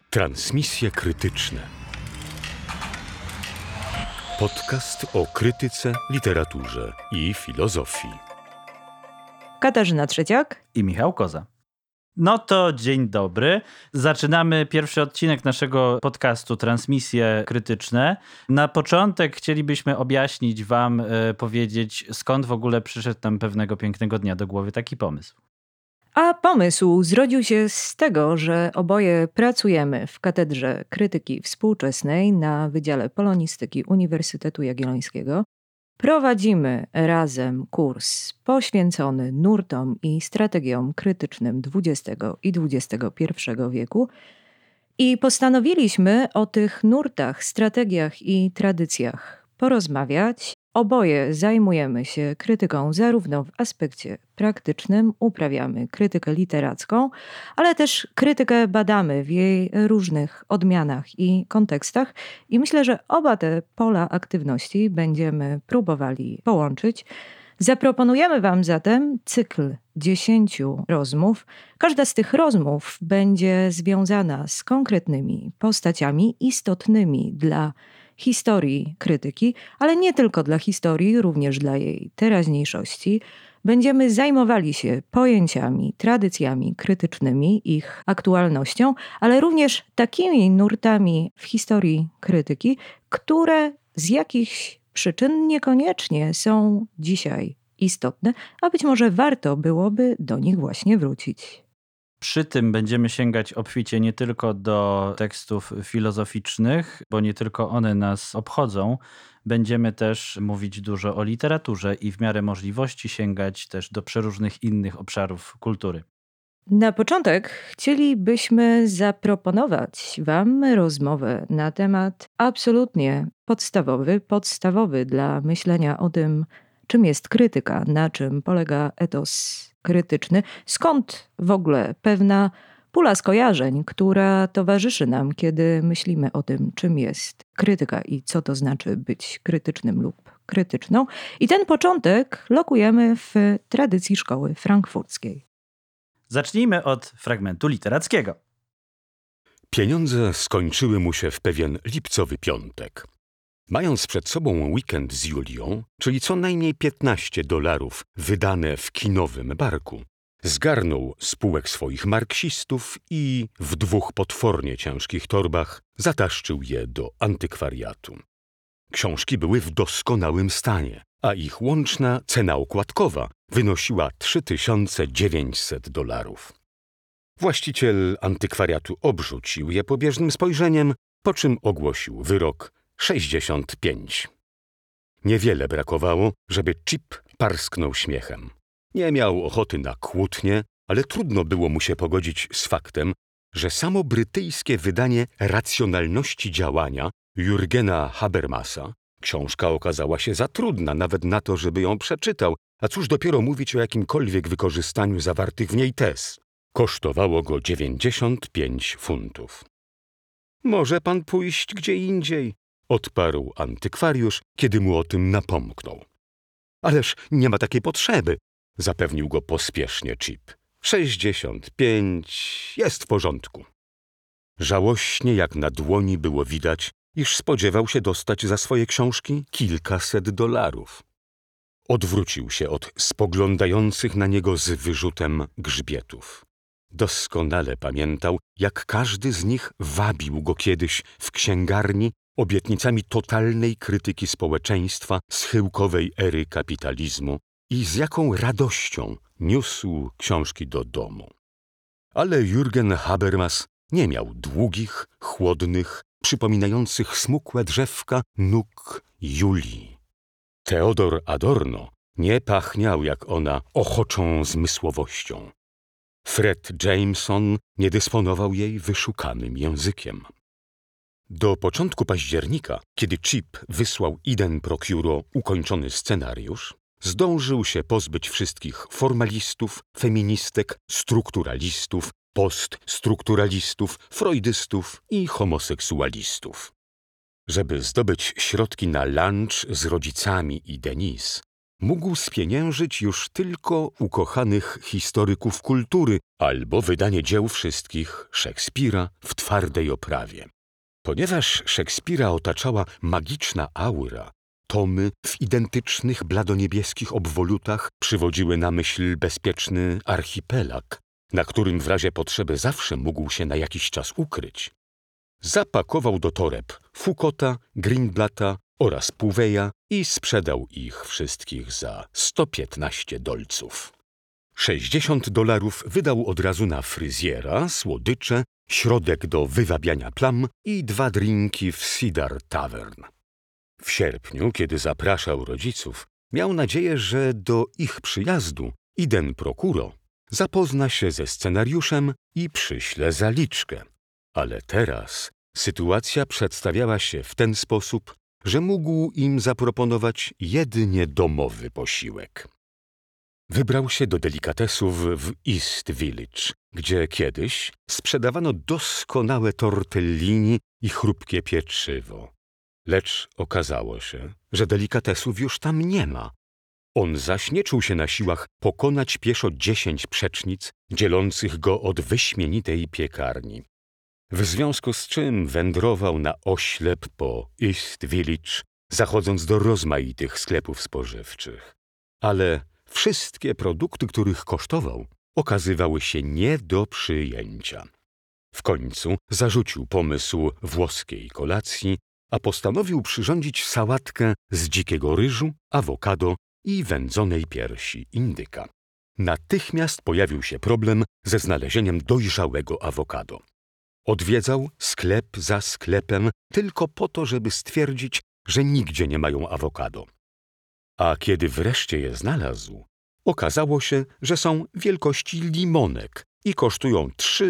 Transmisje krytyczne. Podcast o krytyce, literaturze i filozofii. Katarzyna Trzeciak i Michał Koza. No to dzień dobry. Zaczynamy pierwszy odcinek naszego podcastu Transmisje krytyczne. Na początek chcielibyśmy objaśnić wam, powiedzieć, skąd w ogóle przyszedł nam pewnego pięknego dnia do głowy taki pomysł. A pomysł zrodził się z tego, że oboje pracujemy w Katedrze Krytyki Współczesnej na Wydziale Polonistyki Uniwersytetu Jagiellońskiego. Prowadzimy razem kurs poświęcony nurtom i strategiom krytycznym XX i XXI wieku i postanowiliśmy o tych nurtach, strategiach i tradycjach porozmawiać. Oboje zajmujemy się krytyką zarówno w aspekcie praktycznym, uprawiamy krytykę literacką, ale też krytykę badamy w jej różnych odmianach i kontekstach i myślę, że oba te pola aktywności będziemy próbowali połączyć. Zaproponujemy wam zatem cykl 10 rozmów. Każda z tych rozmów będzie związana z konkretnymi postaciami istotnymi dla historii krytyki, ale nie tylko dla historii, również dla jej teraźniejszości. Będziemy zajmowali się pojęciami, tradycjami krytycznymi, ich aktualnością, ale również takimi nurtami w historii krytyki, które z jakichś przyczyn niekoniecznie są dzisiaj istotne, a być może warto byłoby do nich właśnie wrócić. Przy tym będziemy sięgać obficie nie tylko do tekstów filozoficznych, bo nie tylko one nas obchodzą. Będziemy też mówić dużo o literaturze i w miarę możliwości sięgać też do przeróżnych innych obszarów kultury. Na początek chcielibyśmy zaproponować wam rozmowę na temat absolutnie podstawowy dla myślenia o tym, czym jest krytyka, na czym polega etos krytyczny, skąd w ogóle pewna pula skojarzeń, która towarzyszy nam, kiedy myślimy o tym, czym jest krytyka i co to znaczy być krytycznym lub krytyczną. I ten początek lokujemy w tradycji szkoły frankfurckiej. Zacznijmy od fragmentu literackiego. Pieniądze skończyły mu się w pewien lipcowy piątek. Mając przed sobą weekend z Julią, czyli co najmniej $15 wydane w kinowym barku, zgarnął spółek swoich marksistów i w 2 potwornie ciężkich torbach zataszczył je do antykwariatu. Książki były w doskonałym stanie, a ich łączna cena okładkowa wynosiła $3900. Właściciel antykwariatu obrzucił je pobieżnym spojrzeniem, po czym ogłosił wyrok 65. Niewiele brakowało, żeby Chip parsknął śmiechem. Nie miał ochoty na kłótnie, ale trudno było mu się pogodzić z faktem, że samo brytyjskie wydanie Racjonalności działania Jürgena Habermasa, książka okazała się za trudna nawet na to, żeby ją przeczytał, a cóż dopiero mówić o jakimkolwiek wykorzystaniu zawartych w niej tez. Kosztowało go 95 funtów. Może pan pójść gdzie indziej, odparł antykwariusz, kiedy mu o tym napomknął. Ależ nie ma takiej potrzeby, zapewnił go pospiesznie Chip. 65 jest w porządku. Żałośnie jak na dłoni było widać, iż spodziewał się dostać za swoje książki kilkaset dolarów. Odwrócił się od spoglądających na niego z wyrzutem grzbietów. Doskonale pamiętał, jak każdy z nich wabił go kiedyś w księgarni obietnicami totalnej krytyki społeczeństwa schyłkowej ery kapitalizmu i z jaką radością niósł książki do domu. Ale Jürgen Habermas nie miał długich, chłodnych, przypominających smukłe drzewka nóg Julii. Theodor Adorno nie pachniał jak ona ochoczą zmysłowością. Fred Jameson nie dysponował jej wyszukanym językiem. Do początku października, kiedy Chip wysłał idem procuro ukończony scenariusz, zdążył się pozbyć wszystkich formalistów, feministek, strukturalistów, poststrukturalistów, freudystów i homoseksualistów. Żeby zdobyć środki na lunch z rodzicami i Denise, mógł spieniężyć już tylko ukochanych historyków kultury albo wydanie dzieł wszystkich Szekspira w twardej oprawie. Ponieważ Szekspira otaczała magiczna aura, tomy w identycznych bladoniebieskich obwolutach przywodziły na myśl bezpieczny archipelag, na którym w razie potrzeby zawsze mógł się na jakiś czas ukryć. Zapakował do toreb Foucaulta, Greenblatta oraz Pouveya i sprzedał ich wszystkich za $115. $60 wydał od razu na fryzjera, słodycze, środek do wywabiania plam i 2 drinki w Cedar Tavern. W sierpniu, kiedy zapraszał rodziców, miał nadzieję, że do ich przyjazdu Iden Procuro zapozna się ze scenariuszem i przyśle zaliczkę. Ale teraz sytuacja przedstawiała się w ten sposób, że mógł im zaproponować jedynie domowy posiłek. Wybrał się do delikatesów w East Village, gdzie kiedyś sprzedawano doskonałe tortellini i chrupkie pieczywo. Lecz okazało się, że delikatesów już tam nie ma. On zaś nie czuł się na siłach pokonać pieszo 10 przecznic dzielących go od wyśmienitej piekarni. W związku z czym wędrował na oślep po East Village, zachodząc do rozmaitych sklepów spożywczych. Ale wszystkie produkty, których kosztował, okazywały się nie do przyjęcia. W końcu zarzucił pomysł włoskiej kolacji, a postanowił przyrządzić sałatkę z dzikiego ryżu, awokado i wędzonej piersi indyka. Natychmiast pojawił się problem ze znalezieniem dojrzałego awokado. Odwiedzał sklep za sklepem tylko po to, żeby stwierdzić, że nigdzie nie mają awokado. A kiedy wreszcie je znalazł, okazało się, że są wielkości limonek i kosztują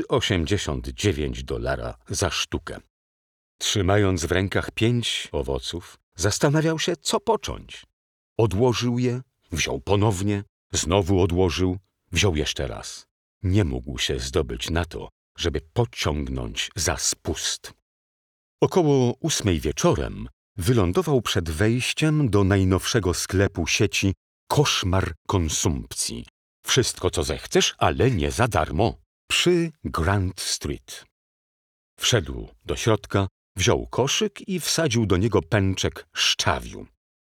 $3,89 za sztukę. Trzymając w rękach 5 owoców, zastanawiał się, co począć. Odłożył je, wziął ponownie, znowu odłożył, wziął jeszcze raz. Nie mógł się zdobyć na to, żeby pociągnąć za spust. Około 8 wieczorem wylądował przed wejściem do najnowszego sklepu sieci Koszmar konsumpcji. Wszystko, co zechcesz, ale nie za darmo. Przy Grand Street. Wszedł do środka, wziął koszyk i wsadził do niego pęczek szczawiu.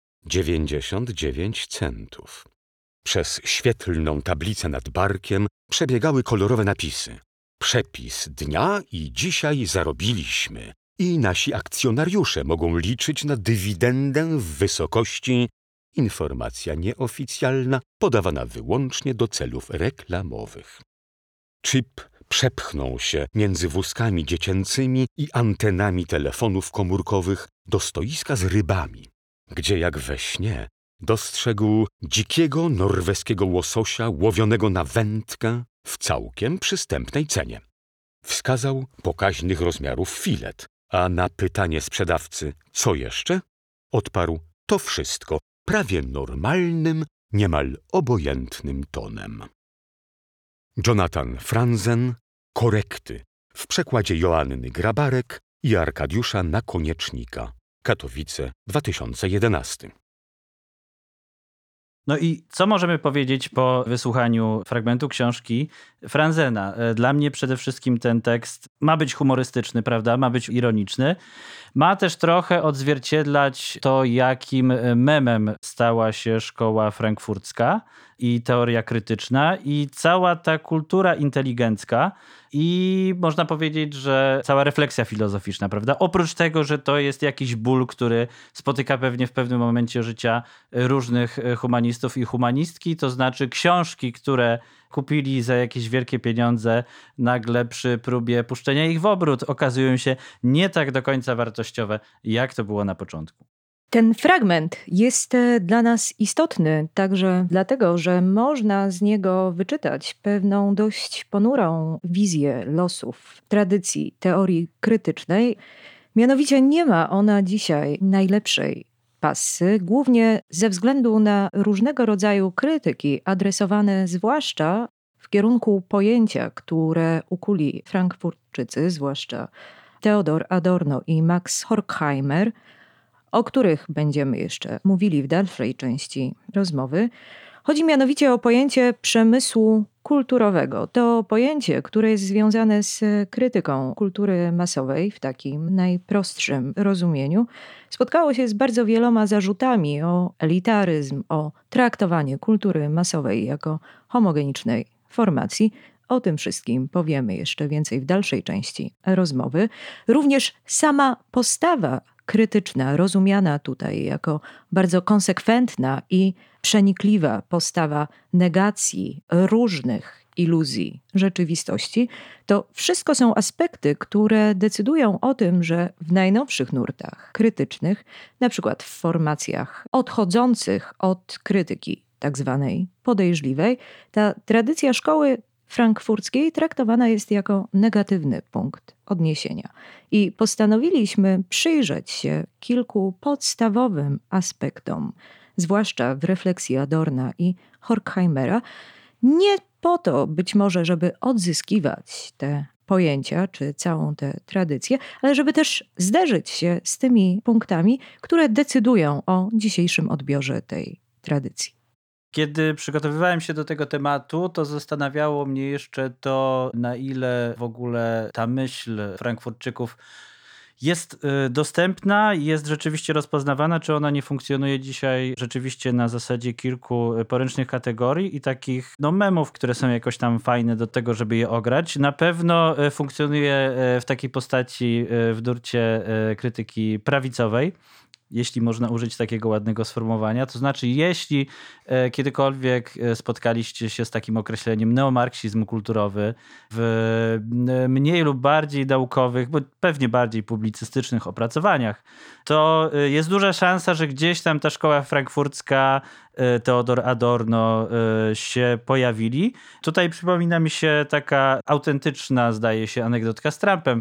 99 centów. Przez świetlną tablicę nad barkiem przebiegały kolorowe napisy. Przepis dnia i dzisiaj zarobiliśmy. I nasi akcjonariusze mogą liczyć na dywidendę w wysokości... Informacja nieoficjalna, podawana wyłącznie do celów reklamowych. Chip przepchnął się między wózkami dziecięcymi i antenami telefonów komórkowych do stoiska z rybami, gdzie jak we śnie dostrzegł dzikiego norweskiego łososia łowionego na wędkę w całkiem przystępnej cenie. Wskazał pokaźnych rozmiarów filet, a na pytanie sprzedawcy co jeszcze? Odparł to wszystko prawie normalnym, niemal obojętnym tonem. Jonathan Franzen, Korekty w przekładzie Joanny Grabarek i Arkadiusza Nakoniecznika. Katowice, 2011. No i co możemy powiedzieć po wysłuchaniu fragmentu książki Franzena? Dla mnie przede wszystkim ten tekst ma być humorystyczny, prawda? Ma być ironiczny. Ma też trochę odzwierciedlać to, jakim memem stała się szkoła frankfurcka i teoria krytyczna i cała ta kultura inteligencka i można powiedzieć, że cała refleksja filozoficzna, prawda? Oprócz tego, że to jest jakiś ból, który spotyka pewnie w pewnym momencie życia różnych humanistów i humanistki, to znaczy książki, które kupili za jakieś wielkie pieniądze, nagle przy próbie puszczenia ich w obrót okazują się nie tak do końca wartościowe, jak to było na początku. Ten fragment jest dla nas istotny także dlatego, że można z niego wyczytać pewną dość ponurą wizję losów tradycji teorii krytycznej. Mianowicie nie ma ona dzisiaj najlepszej passy, głównie ze względu na różnego rodzaju krytyki adresowane zwłaszcza w kierunku pojęcia, które ukuli Frankfurtczycy, zwłaszcza Theodor Adorno i Max Horkheimer, o których będziemy jeszcze mówili w dalszej części rozmowy. Chodzi mianowicie o pojęcie przemysłu kulturowego. To pojęcie, które jest związane z krytyką kultury masowej w takim najprostszym rozumieniu, spotkało się z bardzo wieloma zarzutami o elitaryzm, o traktowanie kultury masowej jako homogenicznej formacji. O tym wszystkim powiemy jeszcze więcej w dalszej części rozmowy. Również sama postawa krytyczna, rozumiana tutaj jako bardzo konsekwentna i przenikliwa postawa negacji różnych iluzji rzeczywistości, to wszystko są aspekty, które decydują o tym, że w najnowszych nurtach krytycznych, na przykład w formacjach odchodzących od krytyki tak zwanej podejrzliwej, ta tradycja szkoły frankfurckiej traktowana jest jako negatywny punkt odniesienia. I postanowiliśmy przyjrzeć się kilku podstawowym aspektom, zwłaszcza w refleksji Adorna i Horkheimera, nie po to być może, żeby odzyskiwać te pojęcia czy całą tę tradycję, ale żeby też zderzyć się z tymi punktami, które decydują o dzisiejszym odbiorze tej tradycji. Kiedy przygotowywałem się do tego tematu, to zastanawiało mnie jeszcze to, na ile w ogóle ta myśl Frankfurtczyków jest dostępna, jest rzeczywiście rozpoznawana, czy ona nie funkcjonuje dzisiaj rzeczywiście na zasadzie kilku poręcznych kategorii i takich memów, które są jakoś tam fajne do tego, żeby je ograć. Na pewno funkcjonuje w takiej postaci w nurcie krytyki prawicowej, jeśli można użyć takiego ładnego sformułowania. To znaczy, jeśli kiedykolwiek spotkaliście się z takim określeniem neomarksizm kulturowy w mniej lub bardziej naukowych, bo pewnie bardziej publicystycznych opracowaniach, to jest duża szansa, że gdzieś tam ta szkoła frankfurcka, Theodor Adorno się pojawili. Tutaj przypomina mi się taka autentyczna, zdaje się, anegdotka z Trumpem,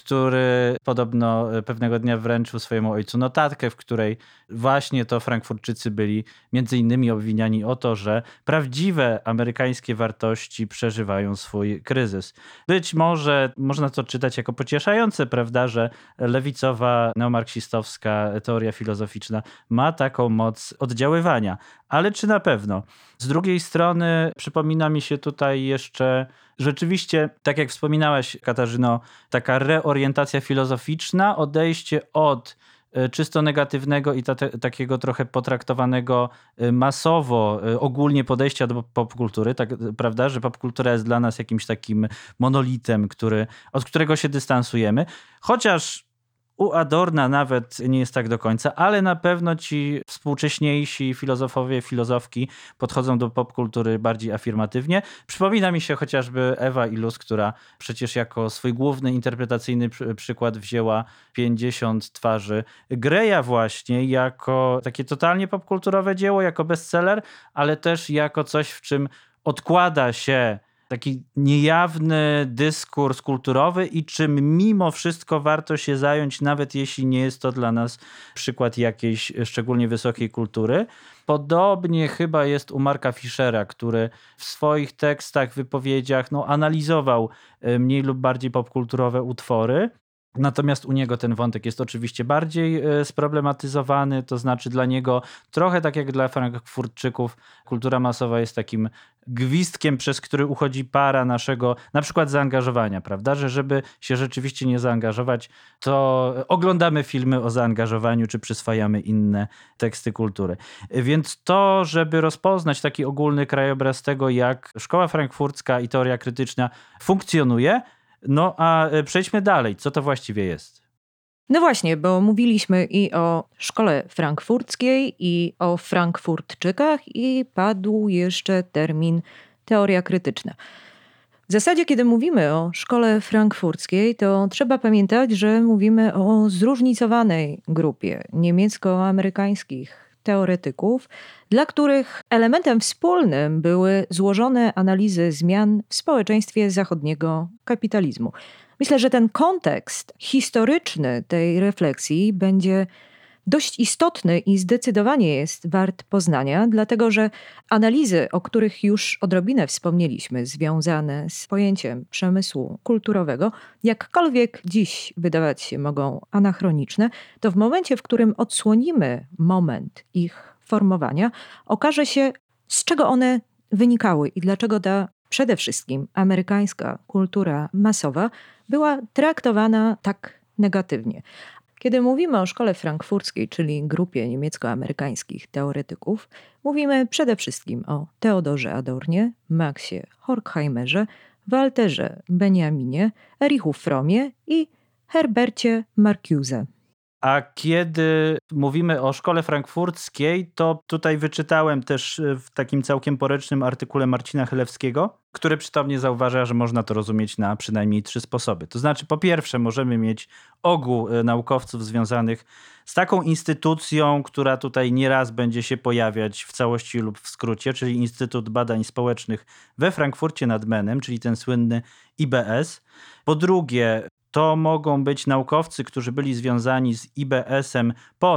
który podobno pewnego dnia wręczył swojemu ojcu notatkę, w której właśnie to Frankfurtczycy byli między innymi obwiniani o to, że prawdziwe amerykańskie wartości przeżywają swój kryzys. Być może można to czytać jako pocieszające, prawda, że lewicowa, neomarksistowska teoria filozoficzna ma taką moc oddziaływania. Ale czy na pewno? Z drugiej strony przypomina mi się tutaj jeszcze rzeczywiście, tak jak wspominałaś, Katarzyno, taka reorientacja filozoficzna, odejście od czysto negatywnego i takiego trochę potraktowanego masowo, ogólnie podejścia do popkultury, tak, prawda, że popkultura jest dla nas jakimś takim monolitem, od którego się dystansujemy. Chociaż u Adorna nawet nie jest tak do końca, ale na pewno ci współcześniejsi filozofowie, filozofki podchodzą do popkultury bardziej afirmatywnie. Przypomina mi się chociażby Ewa Iluz, która przecież jako swój główny interpretacyjny przykład wzięła 50 twarzy Greya właśnie jako takie totalnie popkulturowe dzieło, jako bestseller, ale też jako coś, w czym odkłada się taki niejawny dyskurs kulturowy i czym mimo wszystko warto się zająć, nawet jeśli nie jest to dla nas przykład jakiejś szczególnie wysokiej kultury. Podobnie chyba jest u Marka Fischera, który w swoich tekstach, wypowiedziach analizował mniej lub bardziej popkulturowe utwory. Natomiast u niego ten wątek jest oczywiście bardziej sproblematyzowany, to znaczy dla niego trochę tak jak dla Frankfurtczyków kultura masowa jest takim gwizdkiem, przez który uchodzi para naszego na przykład zaangażowania, prawda? Że żeby się rzeczywiście nie zaangażować, to oglądamy filmy o zaangażowaniu czy przyswajamy inne teksty kultury. Więc to, żeby rozpoznać taki ogólny krajobraz tego, jak szkoła frankfurcka i teoria krytyczna funkcjonuje, a przejdźmy dalej. Co to właściwie jest? No właśnie, bo mówiliśmy i o szkole frankfurckiej, i o Frankfurtczykach i padł jeszcze termin teoria krytyczna. W zasadzie, kiedy mówimy o szkole frankfurckiej, to trzeba pamiętać, że mówimy o zróżnicowanej grupie niemiecko-amerykańskich teoretyków, dla których elementem wspólnym były złożone analizy zmian w społeczeństwie zachodniego kapitalizmu. Myślę, że ten kontekst historyczny tej refleksji będzie dość istotny i zdecydowanie jest wart poznania, dlatego że analizy, o których już odrobinę wspomnieliśmy, związane z pojęciem przemysłu kulturowego, jakkolwiek dziś wydawać się mogą anachroniczne, to w momencie, w którym odsłonimy moment ich formowania, okaże się, z czego one wynikały i dlaczego ta przede wszystkim amerykańska kultura masowa była traktowana tak negatywnie. Kiedy mówimy o szkole frankfurckiej, czyli grupie niemiecko-amerykańskich teoretyków, mówimy przede wszystkim o Theodorze Adornie, Maxie Horkheimerze, Walterze Benjaminie, Erichu Frommie i Herbercie Marcuse. A kiedy mówimy o szkole frankfurckiej, to tutaj wyczytałem też w takim całkiem poręcznym artykule Marcina Chylewskiego, który przytomnie zauważa, że można to rozumieć na przynajmniej 3 sposoby. To znaczy, po pierwsze, możemy mieć ogół naukowców związanych z taką instytucją, która tutaj nieraz będzie się pojawiać w całości lub w skrócie, czyli Instytut Badań Społecznych we Frankfurcie nad Menem, czyli ten słynny IBS. Po drugie, to mogą być naukowcy, którzy byli związani z IBS-em po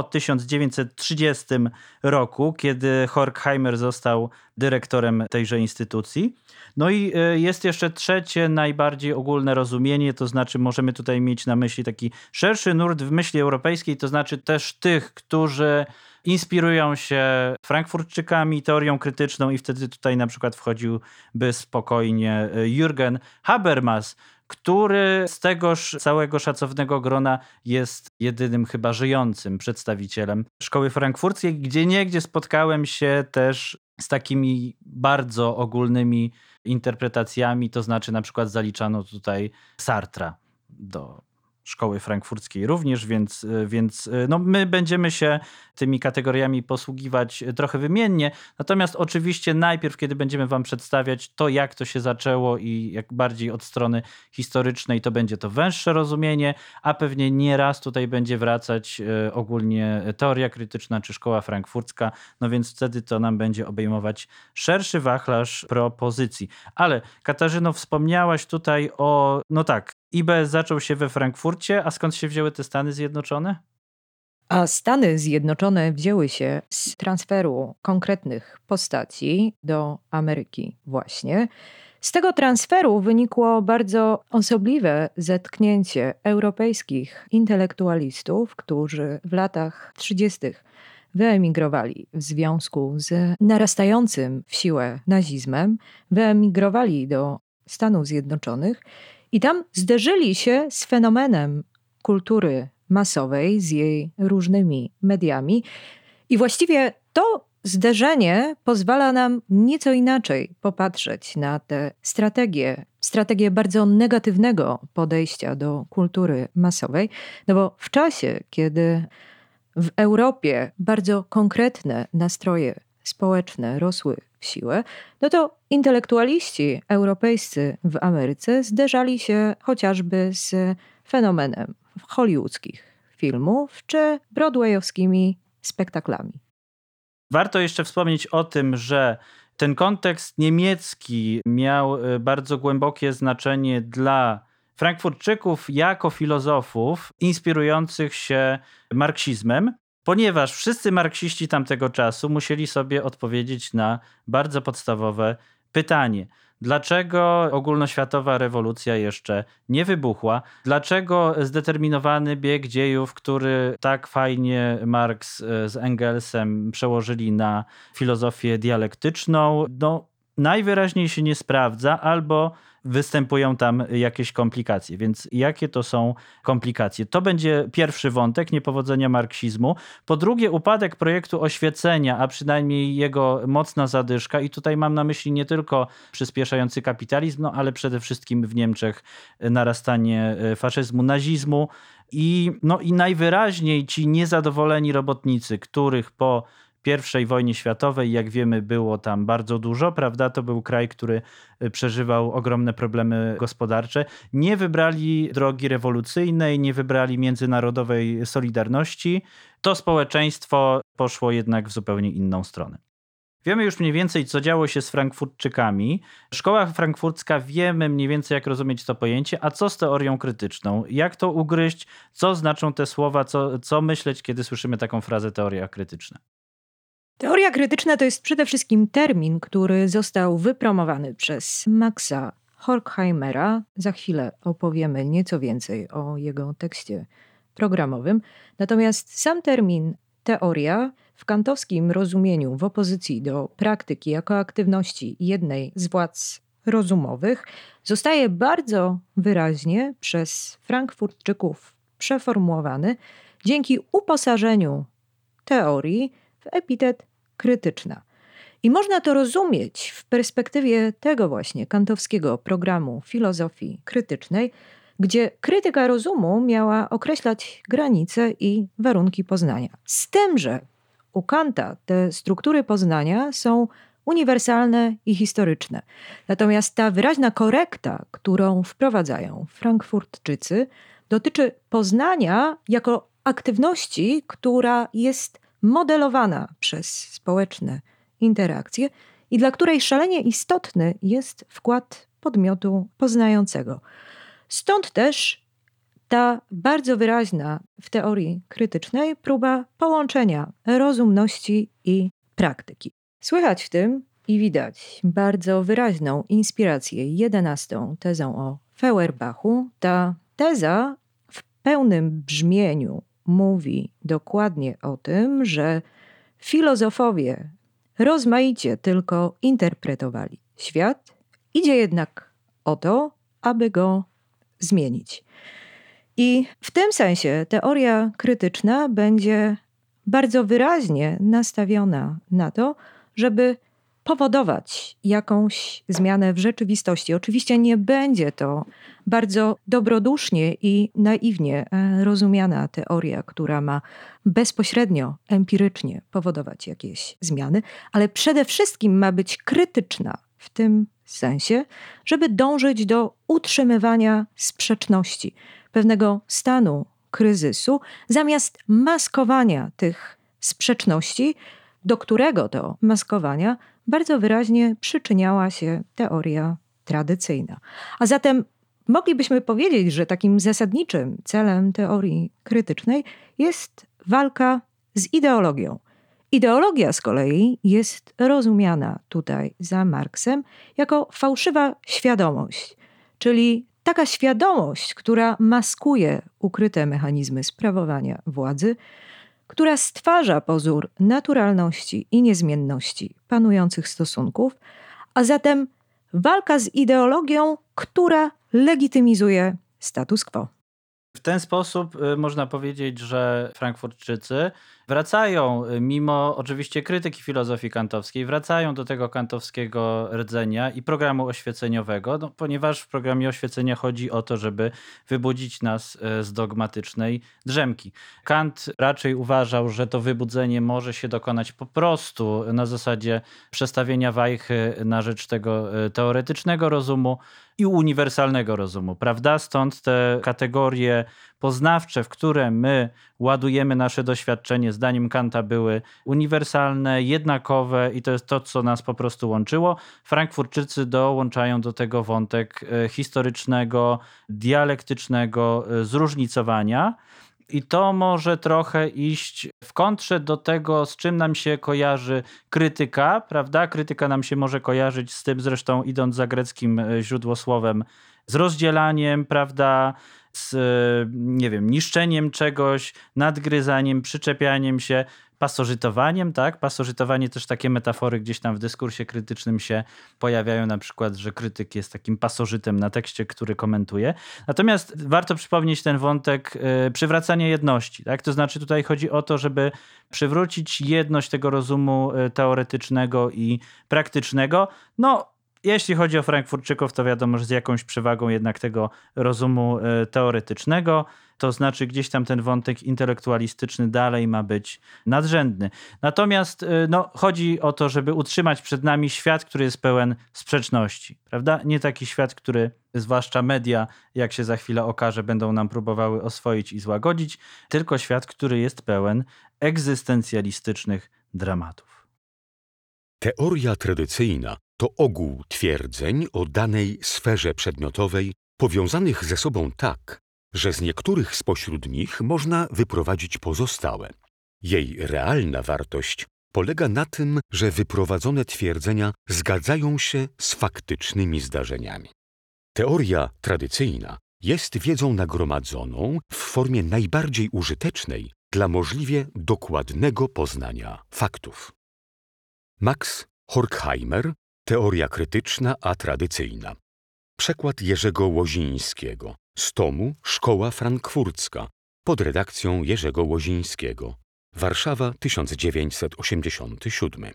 1930 roku, kiedy Horkheimer został dyrektorem tejże instytucji. No i jest jeszcze trzecie, najbardziej ogólne rozumienie, to znaczy możemy tutaj mieć na myśli taki szerszy nurt w myśli europejskiej, to znaczy też tych, którzy inspirują się Frankfurtczykami, teorią krytyczną i wtedy tutaj na przykład wchodziłby spokojnie Jürgen Habermas, który z tegoż całego szacownego grona jest jedynym chyba żyjącym przedstawicielem szkoły frankfurckiej, gdzieniegdzie spotkałem się też z takimi bardzo ogólnymi interpretacjami, to znaczy na przykład zaliczano tutaj Sartra do szkoły frankfurckiej również, więc no my będziemy się tymi kategoriami posługiwać trochę wymiennie. Natomiast oczywiście najpierw, kiedy będziemy wam przedstawiać to, jak to się zaczęło i jak bardziej od strony historycznej, to będzie to węższe rozumienie, a pewnie nieraz tutaj będzie wracać ogólnie teoria krytyczna czy szkoła frankfurcka, no więc wtedy to nam będzie obejmować szerszy wachlarz propozycji. Ale Katarzyno, wspomniałaś tutaj o, no tak, IBS zaczął się we Frankfurcie, a skąd się wzięły te Stany Zjednoczone? A Stany Zjednoczone wzięły się z transferu konkretnych postaci do Ameryki właśnie. Z tego transferu wynikło bardzo osobliwe zetknięcie europejskich intelektualistów, którzy w latach 30. wyemigrowali w związku z narastającym w siłę nazizmem, wyemigrowali do Stanów Zjednoczonych i tam zderzyli się z fenomenem kultury masowej, z jej różnymi mediami. I właściwie to zderzenie pozwala nam nieco inaczej popatrzeć na te strategie bardzo negatywnego podejścia do kultury masowej, no bo w czasie, kiedy w Europie bardzo konkretne nastroje społeczne rosły w siłę, no to intelektualiści europejscy w Ameryce zderzali się chociażby z fenomenem hollywoodzkich filmów czy broadwayowskimi spektaklami. Warto jeszcze wspomnieć o tym, że ten kontekst niemiecki miał bardzo głębokie znaczenie dla Frankfurtczyków jako filozofów inspirujących się marksizmem, ponieważ wszyscy marksiści tamtego czasu musieli sobie odpowiedzieć na bardzo podstawowe pytanie. Dlaczego ogólnoświatowa rewolucja jeszcze nie wybuchła? Dlaczego zdeterminowany bieg dziejów, który tak fajnie Marx z Engelsem przełożyli na filozofię dialektyczną, no najwyraźniej się nie sprawdza albo występują tam jakieś komplikacje. Więc jakie to są komplikacje? To będzie pierwszy wątek, niepowodzenia marksizmu. Po drugie, upadek projektu oświecenia, a przynajmniej jego mocna zadyszka. I tutaj mam na myśli nie tylko przyspieszający kapitalizm, no ale przede wszystkim w Niemczech narastanie faszyzmu, nazizmu. I najwyraźniej ci niezadowoleni robotnicy, których po I wojnie światowej, jak wiemy, było tam bardzo dużo, prawda? To był kraj, który przeżywał ogromne problemy gospodarcze. Nie wybrali drogi rewolucyjnej, nie wybrali międzynarodowej solidarności. To społeczeństwo poszło jednak w zupełnie inną stronę. Wiemy już mniej więcej, co działo się z Frankfurtczykami. Szkoła frankfurcka, wiemy mniej więcej, jak rozumieć to pojęcie, a co z teorią krytyczną? Jak to ugryźć? Co znaczą te słowa? Co myśleć, kiedy słyszymy taką frazę teoria krytyczna? Teoria krytyczna to jest przede wszystkim termin, który został wypromowany przez Maxa Horkheimera. Za chwilę opowiemy nieco więcej o jego tekście programowym. Natomiast sam termin teoria w kantowskim rozumieniu w opozycji do praktyki jako aktywności jednej z władz rozumowych zostaje bardzo wyraźnie przez Frankfurtczyków przeformułowany dzięki uposażeniu teorii w epitet krytyczna. I można to rozumieć w perspektywie tego właśnie kantowskiego programu filozofii krytycznej, gdzie krytyka rozumu miała określać granice i warunki poznania. Z tym, że u Kanta te struktury poznania są uniwersalne i historyczne. Natomiast ta wyraźna korekta, którą wprowadzają Frankfurtczycy, dotyczy poznania jako aktywności, która jest modelowana przez społeczne interakcje i dla której szalenie istotny jest wkład podmiotu poznającego. Stąd też ta bardzo wyraźna w teorii krytycznej próba połączenia rozumności i praktyki. Słychać w tym i widać bardzo wyraźną inspirację 11. tezą o Feuerbachu. Ta teza w pełnym brzmieniu mówi dokładnie o tym, że filozofowie rozmaicie tylko interpretowali świat. Idzie jednak o to, aby go zmienić. I w tym sensie teoria krytyczna będzie bardzo wyraźnie nastawiona na to, żeby powodować jakąś zmianę w rzeczywistości. Oczywiście nie będzie to bardzo dobrodusznie i naiwnie rozumiana teoria, która ma bezpośrednio, empirycznie powodować jakieś zmiany, ale przede wszystkim ma być krytyczna w tym sensie, żeby dążyć do utrzymywania sprzeczności, pewnego stanu kryzysu, zamiast maskowania tych sprzeczności, do którego to maskowania bardzo wyraźnie przyczyniała się teoria tradycyjna. A zatem moglibyśmy powiedzieć, że takim zasadniczym celem teorii krytycznej jest walka z ideologią. Ideologia z kolei jest rozumiana tutaj za Marksem jako fałszywa świadomość, czyli taka świadomość, która maskuje ukryte mechanizmy sprawowania władzy, która stwarza pozór naturalności i niezmienności panujących stosunków, a zatem walka z ideologią, która legitymizuje status quo. W ten sposób można powiedzieć, że Frankfurtczycy wracają, mimo oczywiście krytyki filozofii kantowskiej, wracają do tego kantowskiego rdzenia i programu oświeceniowego, ponieważ w programie oświecenia chodzi o to, żeby wybudzić nas z dogmatycznej drzemki. Kant raczej uważał, że to wybudzenie może się dokonać po prostu na zasadzie przestawienia wajchy na rzecz tego teoretycznego rozumu i uniwersalnego rozumu, prawda? Stąd te kategorie poznawcze, w które my ładujemy nasze doświadczenie, zdaniem Kanta były uniwersalne, jednakowe i to jest to, co nas po prostu łączyło. Frankfurtczycy dołączają do tego wątek historycznego, dialektycznego zróżnicowania. I to może trochę iść w kontrze do tego, z czym nam się kojarzy krytyka, prawda? Krytyka nam się może kojarzyć z tym, zresztą idąc za greckim źródłosłowem, z rozdzielaniem, prawda? Z, nie wiem, niszczeniem czegoś, nadgryzaniem, przyczepianiem się, pasożytowaniem, tak? Pasożytowanie też takie metafory gdzieś tam w dyskursie krytycznym się pojawiają, na przykład, że krytyk jest takim pasożytem na tekście, który komentuje. Natomiast warto przypomnieć ten wątek przywracania jedności, tak? To znaczy tutaj chodzi o to, żeby przywrócić jedność tego rozumu teoretycznego i praktycznego. Jeśli chodzi o Frankfurtczyków, to wiadomo, że z jakąś przewagą jednak tego rozumu teoretycznego, to znaczy gdzieś tam ten wątek intelektualistyczny dalej ma być nadrzędny. Natomiast chodzi o to, żeby utrzymać przed nami świat, który jest pełen sprzeczności, prawda? Nie taki świat, który zwłaszcza media, jak się za chwilę okaże, będą nam próbowały oswoić i złagodzić, tylko świat, który jest pełen egzystencjalistycznych dramatów. Teoria tradycyjna to ogół twierdzeń o danej sferze przedmiotowej powiązanych ze sobą tak, że z niektórych spośród nich można wyprowadzić pozostałe. Jej realna wartość polega na tym, że wyprowadzone twierdzenia zgadzają się z faktycznymi zdarzeniami. Teoria tradycyjna jest wiedzą nagromadzoną w formie najbardziej użytecznej dla możliwie dokładnego poznania faktów. Max Horkheimer, Teoria krytyczna a tradycyjna. Przekład Jerzego Łozińskiego z tomu Szkoła Frankfurcka pod redakcją Jerzego Łozińskiego. Warszawa 1987.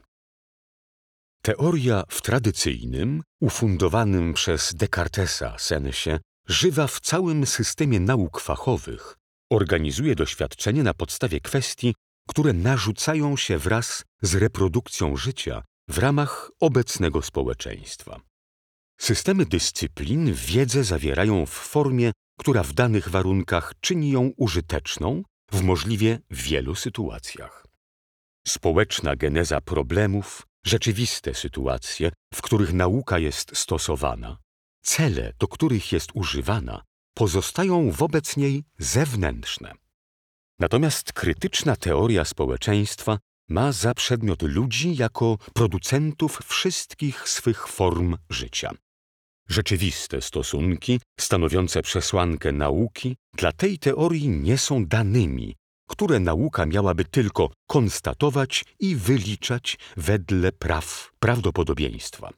Teoria w tradycyjnym, ufundowanym przez Descartesa sensie, żywa w całym systemie nauk fachowych, organizuje doświadczenie na podstawie kwestii, które narzucają się wraz z reprodukcją życia w ramach obecnego społeczeństwa. Systemy dyscyplin wiedzę zawierają w formie, która w danych warunkach czyni ją użyteczną w możliwie wielu sytuacjach. Społeczna geneza problemów, rzeczywiste sytuacje, w których nauka jest stosowana, cele, do których jest używana, pozostają wobec niej zewnętrzne. Natomiast krytyczna teoria społeczeństwa ma za przedmiot ludzi jako producentów wszystkich swych form życia. Rzeczywiste stosunki, stanowiące przesłankę nauki, dla tej teorii nie są danymi, które nauka miałaby tylko konstatować i wyliczać wedle praw prawdopodobieństwa.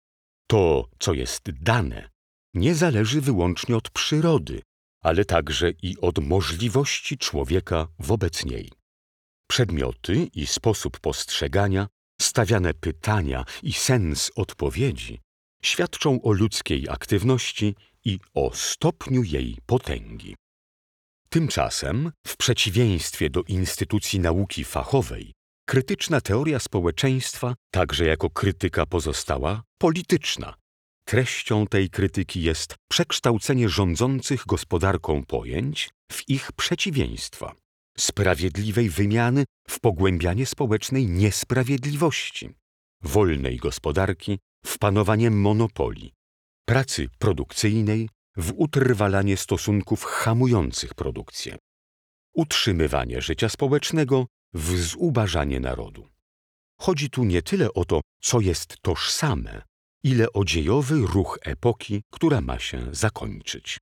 To, co jest dane, nie zależy wyłącznie od przyrody, ale także i od możliwości człowieka wobec niej. Przedmioty i sposób postrzegania, stawiane pytania i sens odpowiedzi świadczą o ludzkiej aktywności i o stopniu jej potęgi. Tymczasem, w przeciwieństwie do instytucji nauki fachowej, krytyczna teoria społeczeństwa, także jako krytyka pozostała, polityczna. Treścią tej krytyki jest przekształcenie rządzących gospodarką pojęć w ich przeciwieństwa, sprawiedliwej wymiany w pogłębianie społecznej niesprawiedliwości, wolnej gospodarki w panowanie monopolii, pracy produkcyjnej w utrwalanie stosunków hamujących produkcję, utrzymywanie życia społecznego w zubażanie narodu. Chodzi tu nie tyle o to, co jest tożsame, ile o dziejowy ruch epoki, która ma się zakończyć.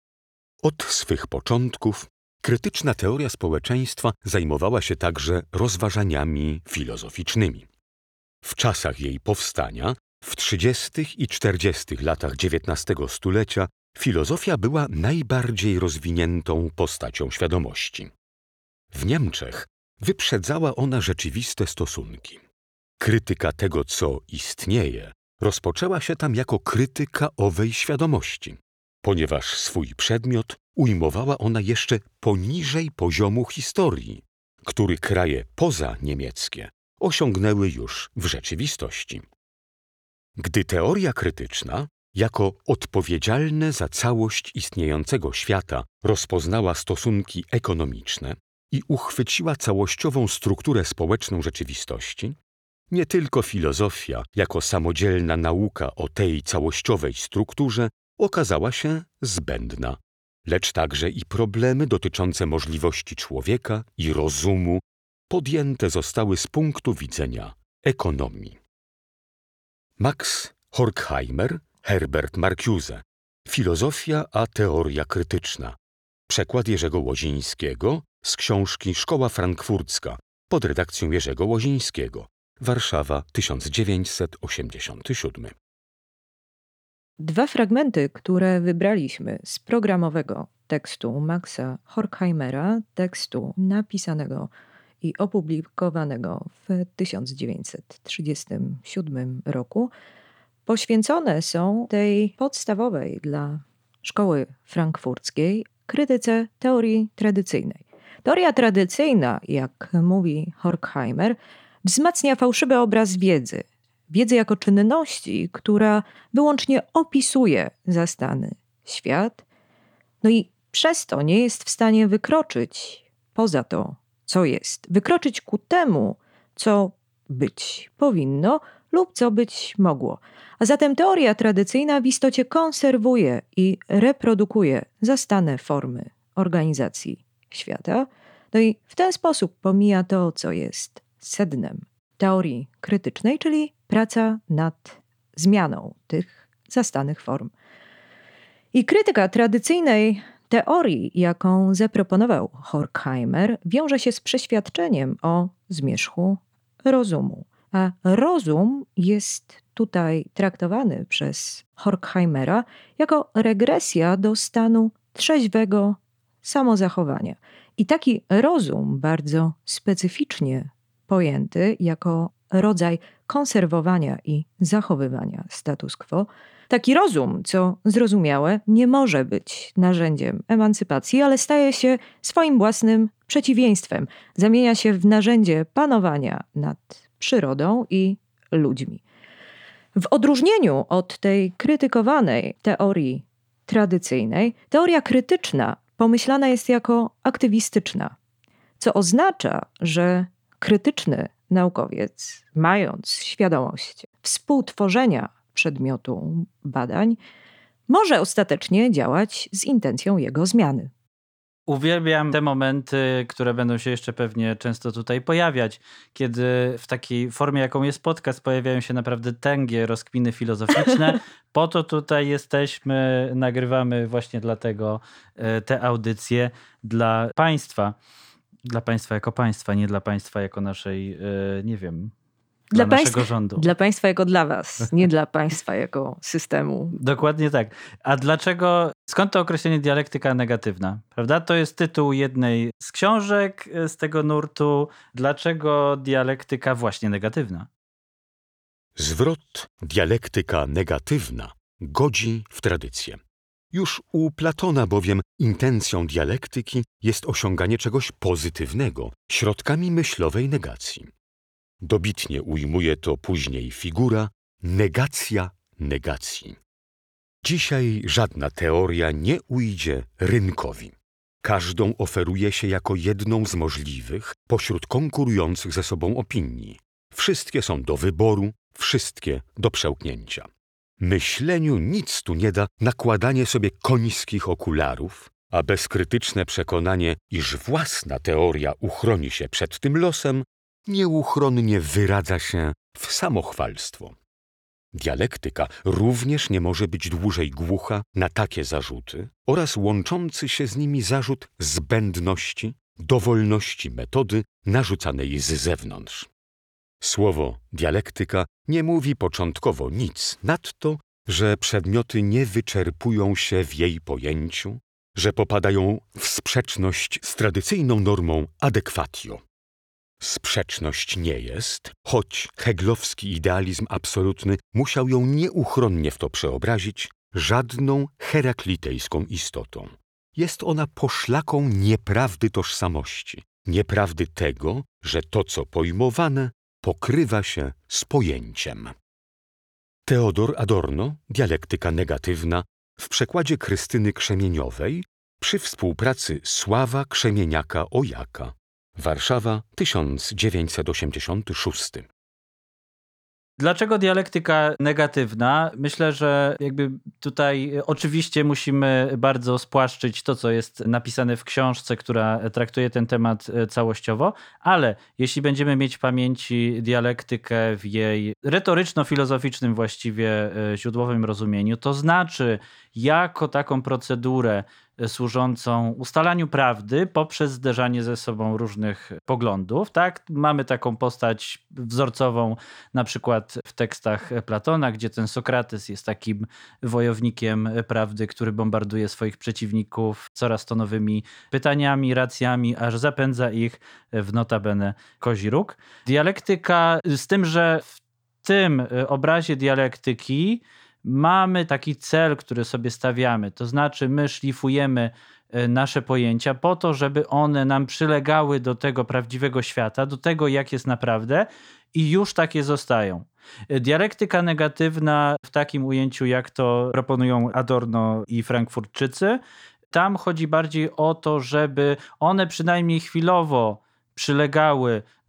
Od swych początków krytyczna teoria społeczeństwa zajmowała się także rozważaniami filozoficznymi. W czasach jej powstania, w 30. i 40. latach XIX stulecia, filozofia była najbardziej rozwiniętą postacią świadomości. W Niemczech wyprzedzała ona rzeczywiste stosunki. Krytyka tego, co istnieje, rozpoczęła się tam jako krytyka owej świadomości, ponieważ swój przedmiot ujmowała ona jeszcze poniżej poziomu historii, który kraje pozaniemieckie osiągnęły już w rzeczywistości. Gdy teoria krytyczna, jako odpowiedzialne za całość istniejącego świata, rozpoznała stosunki ekonomiczne i uchwyciła całościową strukturę społeczną rzeczywistości, nie tylko filozofia, jako samodzielna nauka o tej całościowej strukturze, okazała się zbędna, lecz także i problemy dotyczące możliwości człowieka i rozumu podjęte zostały z punktu widzenia ekonomii. Max Horkheimer, Herbert Marcuse. Filozofia a teoria krytyczna. Przekład Jerzego Łozińskiego z książki Szkoła Frankfurcka pod redakcją Jerzego Łozińskiego. Warszawa 1987. Dwa fragmenty, które wybraliśmy z programowego tekstu Maxa Horkheimera, tekstu napisanego i opublikowanego w 1937 roku, poświęcone są tej podstawowej dla szkoły frankfurckiej krytyce teorii tradycyjnej. Teoria tradycyjna, jak mówi Horkheimer, wzmacnia fałszywy obraz wiedzy jako czynności, która wyłącznie opisuje zastany świat, no i przez to nie jest w stanie wykroczyć poza to, co jest, wykroczyć ku temu, co być powinno, lub co być mogło. A zatem teoria tradycyjna w istocie konserwuje i reprodukuje zastane formy organizacji świata, no i w ten sposób pomija to, co jest sednem teorii krytycznej, czyli praca nad zmianą tych zastanych form. I krytyka tradycyjnej teorii, jaką zaproponował Horkheimer, wiąże się z przeświadczeniem o zmierzchu rozumu. A rozum jest tutaj traktowany przez Horkheimera jako regresja do stanu trzeźwego samozachowania. I taki rozum, bardzo specyficznie pojęty jako rodzaj konserwowania i zachowywania status quo, taki rozum, co zrozumiałe, nie może być narzędziem emancypacji, ale staje się swoim własnym przeciwieństwem. Zamienia się w narzędzie panowania nad przyrodą i ludźmi. W odróżnieniu od tej krytykowanej teorii tradycyjnej, teoria krytyczna pomyślana jest jako aktywistyczna, co oznacza, że krytyczny naukowiec, mając świadomość współtworzenia przedmiotu badań, może ostatecznie działać z intencją jego zmiany. Uwielbiam te momenty, które będą się jeszcze pewnie często tutaj pojawiać, kiedy w takiej formie, jaką jest podcast, pojawiają się naprawdę tęgie rozkminy filozoficzne. Po to tutaj jesteśmy, nagrywamy właśnie dlatego te audycje dla państwa. Dla państwa jako państwa, nie dla państwa jako naszej, nie wiem, dla naszego rządu. Dla państwa jako dla was, nie dla państwa jako systemu. Dokładnie tak. A dlaczego, skąd to określenie dialektyka negatywna? Prawda? To jest tytuł jednej z książek z tego nurtu. Dlaczego dialektyka właśnie negatywna? Zwrot dialektyka negatywna godzi w tradycję. Już u Platona bowiem intencją dialektyki jest osiąganie czegoś pozytywnego środkami myślowej negacji. Dobitnie ujmuje to później figura negacja negacji. Dzisiaj żadna teoria nie ujdzie rynkowi. Każdą oferuje się jako jedną z możliwych pośród konkurujących ze sobą opinii. Wszystkie są do wyboru, wszystkie do przełknięcia. Myśleniu nic tu nie da nakładanie sobie końskich okularów, a bezkrytyczne przekonanie, iż własna teoria uchroni się przed tym losem, nieuchronnie wyradza się w samochwalstwo. Dialektyka również nie może być dłużej głucha na takie zarzuty oraz łączący się z nimi zarzut zbędności, dowolności metody narzucanej z zewnątrz. Słowo dialektyka nie mówi początkowo nic nadto, że przedmioty nie wyczerpują się w jej pojęciu, że popadają w sprzeczność z tradycyjną normą adequatio. Sprzeczność nie jest, choć heglowski idealizm absolutny musiał ją nieuchronnie w to przeobrazić, żadną heraklitejską istotą. Jest ona poszlaką nieprawdy tożsamości, nieprawdy tego, że to, co pojmowane, pokrywa się z pojęciem. Theodor Adorno, dialektyka negatywna, w przekładzie Krystyny Krzemieniowej przy współpracy Sława Krzemieniaka-Ojaka. Warszawa, 1986. Dlaczego dialektyka negatywna? Myślę, że jakby tutaj oczywiście musimy bardzo spłaszczyć to, co jest napisane w książce, która traktuje ten temat całościowo, ale jeśli będziemy mieć w pamięci dialektykę w jej retoryczno-filozoficznym właściwie źródłowym rozumieniu, to znaczy jako taką procedurę służącą ustalaniu prawdy poprzez zderzanie ze sobą różnych poglądów. Tak? Mamy taką postać wzorcową na przykład w tekstach Platona, gdzie ten Sokrates jest takim wojownikiem prawdy, który bombarduje swoich przeciwników coraz to nowymi pytaniami, racjami, aż zapędza ich w notabene kozi róg. Dialektyka, z tym, że w tym obrazie dialektyki mamy taki cel, który sobie stawiamy, to znaczy my szlifujemy nasze pojęcia po to, żeby one nam przylegały do tego prawdziwego świata, do tego, jak jest naprawdę i już takie zostają. Dialektyka negatywna w takim ujęciu, jak to proponują Adorno i Frankfurtczycy, tam chodzi bardziej o to, żeby one przynajmniej chwilowo przylegały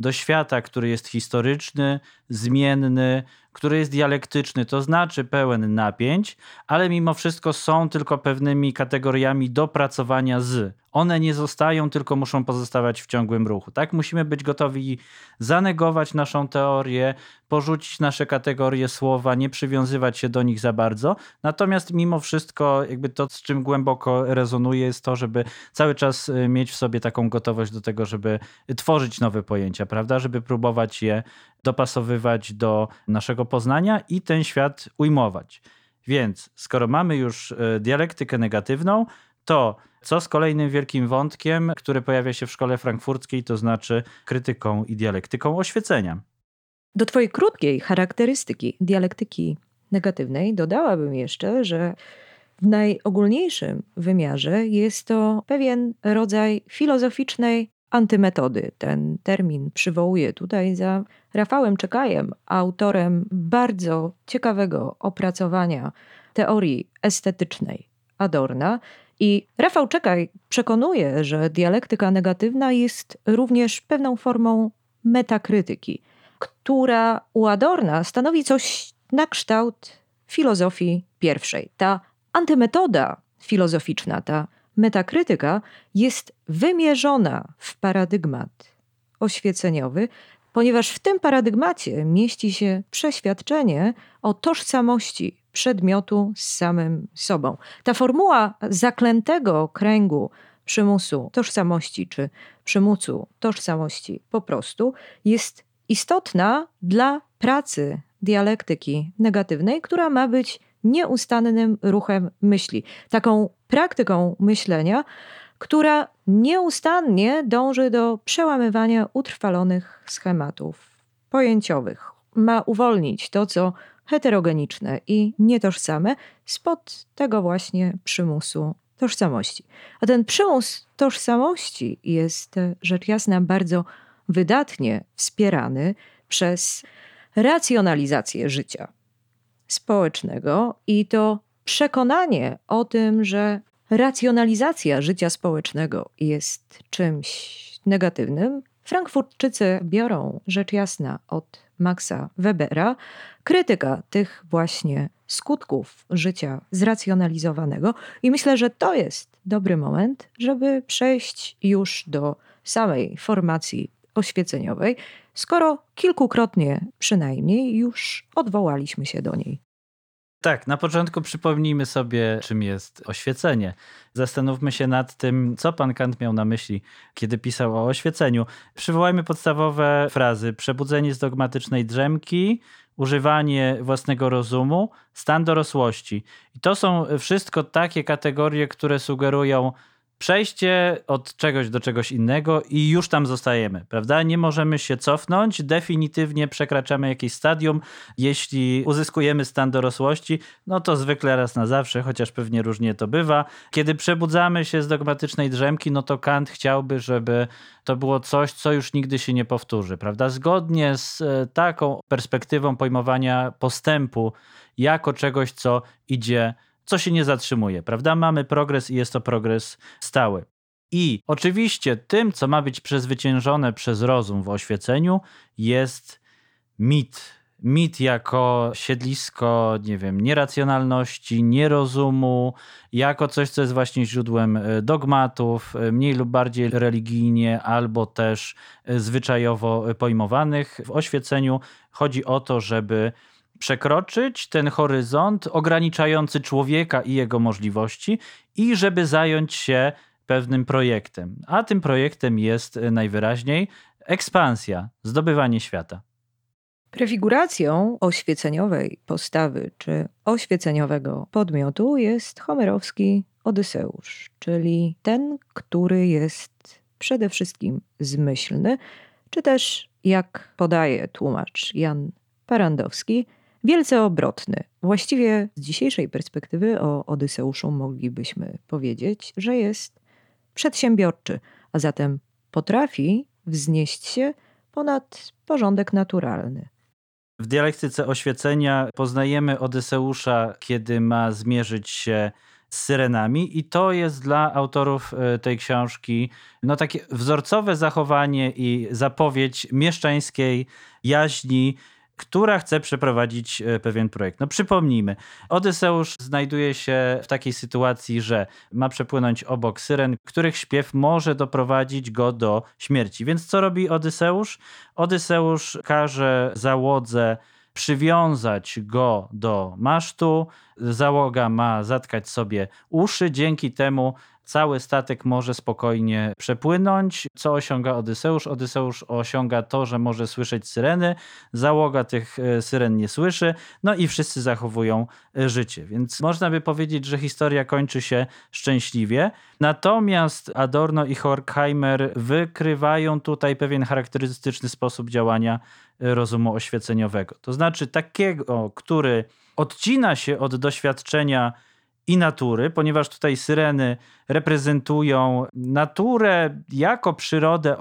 do świata, który jest historyczny, zmienny, który jest dialektyczny, to znaczy pełen napięć, ale mimo wszystko są tylko pewnymi kategoriami dopracowania z. One nie zostają, tylko muszą pozostawać w ciągłym ruchu. Tak? Musimy być gotowi zanegować naszą teorię, porzucić nasze kategorie słowa, nie przywiązywać się do nich za bardzo. Natomiast mimo wszystko jakby to, z czym głęboko rezonuje, jest to, żeby cały czas mieć w sobie taką gotowość do tego, żeby tworzyć nowe pojęcia, prawda? Żeby próbować je dopasowywać do naszego poznania i ten świat ujmować. Więc skoro mamy już dialektykę negatywną, to co z kolejnym wielkim wątkiem, który pojawia się w szkole frankfurckiej, to znaczy krytyką i dialektyką oświecenia? Do twojej krótkiej charakterystyki dialektyki negatywnej dodałabym jeszcze, że w najogólniejszym wymiarze jest to pewien rodzaj filozoficznej antymetody. Ten termin przywołuję tutaj za Rafałem Czekajem, autorem bardzo ciekawego opracowania teorii estetycznej Adorna. I Rafał Czekaj przekonuje, że dialektyka negatywna jest również pewną formą metakrytyki, która u Adorna stanowi coś na kształt filozofii pierwszej. Ta antymetoda filozoficzna, ta metakrytyka jest wymierzona w paradygmat oświeceniowy, ponieważ w tym paradygmacie mieści się przeświadczenie o tożsamości przedmiotu z samym sobą. Ta formuła zaklętego kręgu przymusu tożsamości czy przymusu tożsamości po prostu jest istotna dla pracy dialektyki negatywnej, która ma być nieustannym ruchem myśli. Taką praktyką myślenia, która nieustannie dąży do przełamywania utrwalonych schematów pojęciowych. Ma uwolnić to, co heterogeniczne i nietożsame spod tego właśnie przymusu tożsamości. A ten przymus tożsamości jest rzecz jasna bardzo wydatnie wspierany przez racjonalizację życia społecznego i to przekonanie o tym, że racjonalizacja życia społecznego jest czymś negatywnym, Frankfurtczycy biorą rzecz jasna od Maxa Webera, krytyka tych właśnie skutków życia zracjonalizowanego i myślę, że to jest dobry moment, żeby przejść już do samej formacji oświeceniowej, skoro kilkukrotnie przynajmniej już odwołaliśmy się do niej. Tak, na początku przypomnijmy sobie, czym jest oświecenie. Zastanówmy się nad tym, co pan Kant miał na myśli, kiedy pisał o oświeceniu. Przywołajmy podstawowe frazy. Przebudzenie z dogmatycznej drzemki, używanie własnego rozumu, stan dorosłości. I to są wszystko takie kategorie, które sugerują przejście od czegoś do czegoś innego i już tam zostajemy, prawda? Nie możemy się cofnąć, definitywnie przekraczamy jakieś stadium. Jeśli uzyskujemy stan dorosłości, no to zwykle raz na zawsze, chociaż pewnie różnie to bywa. Kiedy przebudzamy się z dogmatycznej drzemki, no to Kant chciałby, żeby to było coś, co już nigdy się nie powtórzy, prawda? Zgodnie z taką perspektywą pojmowania postępu jako czegoś, co idzie, co się nie zatrzymuje, prawda? Mamy progres i jest to progres stały. I oczywiście tym, co ma być przezwyciężone przez rozum w oświeceniu, jest mit. Mit jako siedlisko, nie wiem, nieracjonalności, nierozumu, jako coś, co jest właśnie źródłem dogmatów, mniej lub bardziej religijnie, albo też zwyczajowo pojmowanych. W oświeceniu chodzi o to, żeby przekroczyć ten horyzont ograniczający człowieka i jego możliwości i żeby zająć się pewnym projektem. A tym projektem jest najwyraźniej ekspansja, zdobywanie świata. Prefiguracją oświeceniowej postawy czy oświeceniowego podmiotu jest homerowski Odyseusz, czyli ten, który jest przede wszystkim zmyślny, czy też, jak podaje tłumacz Jan Parandowski, wielce obrotny. Właściwie z dzisiejszej perspektywy o Odyseuszu moglibyśmy powiedzieć, że jest przedsiębiorczy, a zatem potrafi wznieść się ponad porządek naturalny. W dialektyce oświecenia poznajemy Odyseusza, kiedy ma zmierzyć się z syrenami i to jest dla autorów tej książki takie wzorcowe zachowanie i zapowiedź mieszczańskiej jaźni, która chce przeprowadzić pewien projekt. Przypomnijmy, Odyseusz znajduje się w takiej sytuacji, że ma przepłynąć obok syren, których śpiew może doprowadzić go do śmierci. Więc co robi Odyseusz? Odyseusz każe załodze przywiązać go do masztu. Załoga ma zatkać sobie uszy, dzięki temu cały statek może spokojnie przepłynąć. Co osiąga Odyseusz? Odyseusz osiąga to, że może słyszeć syreny, załoga tych syren nie słyszy, i wszyscy zachowują życie. Więc można by powiedzieć, że historia kończy się szczęśliwie. Natomiast Adorno i Horkheimer wykrywają tutaj pewien charakterystyczny sposób działania rozumu oświeceniowego. To znaczy takiego, który odcina się od doświadczenia i natury, ponieważ tutaj syreny reprezentują naturę jako przyrodę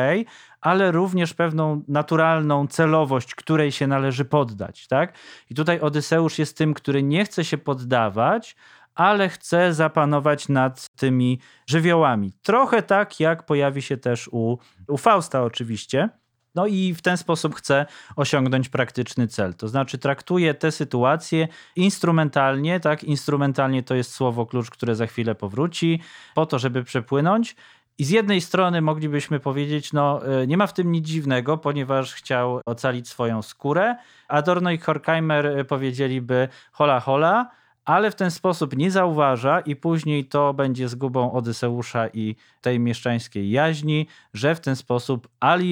ale również pewną naturalną celowość, której się należy poddać. Tak? I tutaj Odyseusz jest tym, który nie chce się poddawać, ale chce zapanować nad tymi żywiołami. Trochę tak, jak pojawi się też u Fausta oczywiście. I w ten sposób chce osiągnąć praktyczny cel. To znaczy traktuje tę sytuację instrumentalnie, tak? Instrumentalnie to jest słowo klucz, które za chwilę powróci, po to, żeby przepłynąć. I z jednej strony moglibyśmy powiedzieć, nie ma w tym nic dziwnego, ponieważ chciał ocalić swoją skórę. Adorno i Horkheimer powiedzieliby hola hola, ale w ten sposób nie zauważa i później to będzie zgubą Odyseusza i tej mieszczańskiej jaźni, że w ten sposób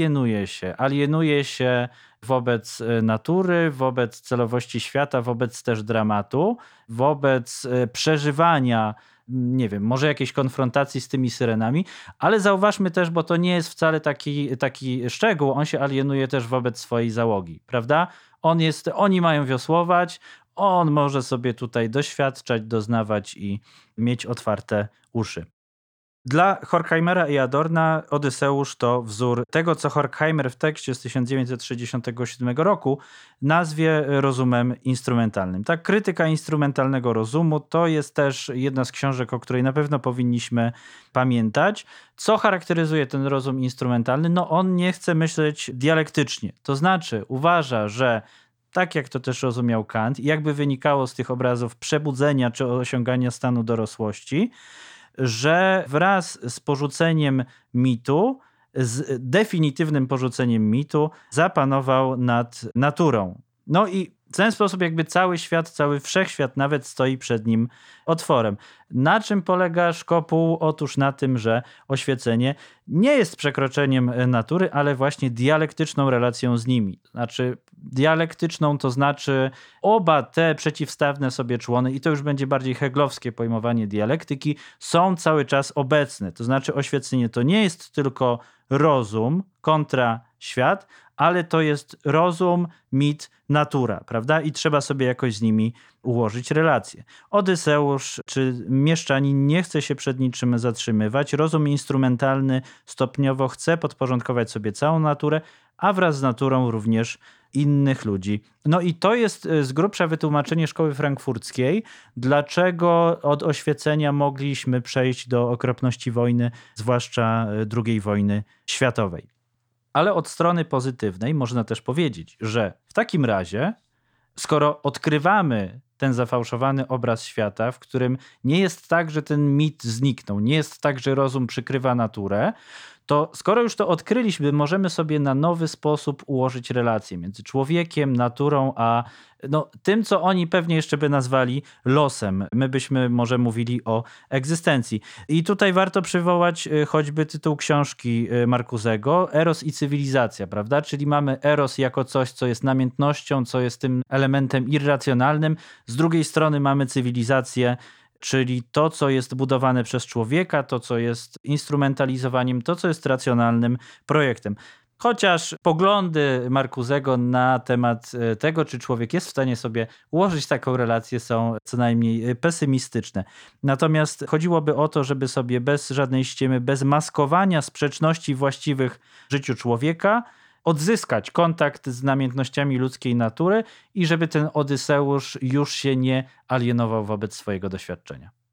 alienuje się wobec natury, wobec celowości świata, wobec też dramatu, wobec przeżywania, nie wiem, może jakiejś konfrontacji z tymi syrenami, ale zauważmy też, bo to nie jest wcale taki szczegół, on się alienuje też wobec swojej załogi, prawda? Oni mają wiosłować, on może sobie tutaj doświadczać, doznawać i mieć otwarte uszy. Dla Horkheimera i Adorna Odyseusz to wzór tego, co Horkheimer w tekście z 1967 roku nazwie rozumem instrumentalnym. Ta krytyka instrumentalnego rozumu to jest też jedna z książek, o której na pewno powinniśmy pamiętać. Co charakteryzuje ten rozum instrumentalny? On nie chce myśleć dialektycznie. To znaczy uważa, że tak jak to też rozumiał Kant i jakby wynikało z tych obrazów przebudzenia czy osiągania stanu dorosłości, że wraz z porzuceniem mitu, z definitywnym porzuceniem mitu zapanował nad naturą. I w ten sposób jakby cały świat, cały wszechświat nawet stoi przed nim otworem. Na czym polega szkopuł? Otóż na tym, że oświecenie nie jest przekroczeniem natury, ale właśnie dialektyczną relacją z nimi. Znaczy dialektyczną, to znaczy oba te przeciwstawne sobie człony, i to już będzie bardziej heglowskie pojmowanie dialektyki, są cały czas obecne. To znaczy oświecenie to nie jest tylko rozum kontra świat, ale to jest rozum, mit, natura, prawda? I trzeba sobie jakoś z nimi ułożyć relacje. Odyseusz czy mieszczanin nie chce się przed niczym zatrzymywać. Rozum instrumentalny stopniowo chce podporządkować sobie całą naturę, a wraz z naturą również innych ludzi. I to jest z grubsza wytłumaczenie szkoły frankfurckiej, dlaczego od oświecenia mogliśmy przejść do okropności wojny, zwłaszcza II wojny światowej. Ale od strony pozytywnej można też powiedzieć, że w takim razie, skoro odkrywamy ten zafałszowany obraz świata, w którym nie jest tak, że ten mit zniknął, nie jest tak, że rozum przykrywa naturę, to skoro już to odkryliśmy, możemy sobie na nowy sposób ułożyć relacje między człowiekiem, naturą, a tym, co oni pewnie jeszcze by nazwali losem. My byśmy może mówili o egzystencji. I tutaj warto przywołać choćby tytuł książki Marcusego, Eros i cywilizacja, prawda? Czyli mamy eros jako coś, co jest namiętnością, co jest tym elementem irracjonalnym. Z drugiej strony mamy cywilizację, czyli to, co jest budowane przez człowieka, to, co jest instrumentalizowaniem, to, co jest racjonalnym projektem. Chociaż poglądy Marcusego na temat tego, czy człowiek jest w stanie sobie ułożyć taką relację, są co najmniej pesymistyczne. Natomiast chodziłoby o to, żeby sobie bez żadnej ściemy, bez maskowania sprzeczności właściwych życiu człowieka, odzyskać kontakt z namiętnościami ludzkiej natury i żeby ten Odyseusz już się nie alienował wobec swojego doświadczenia.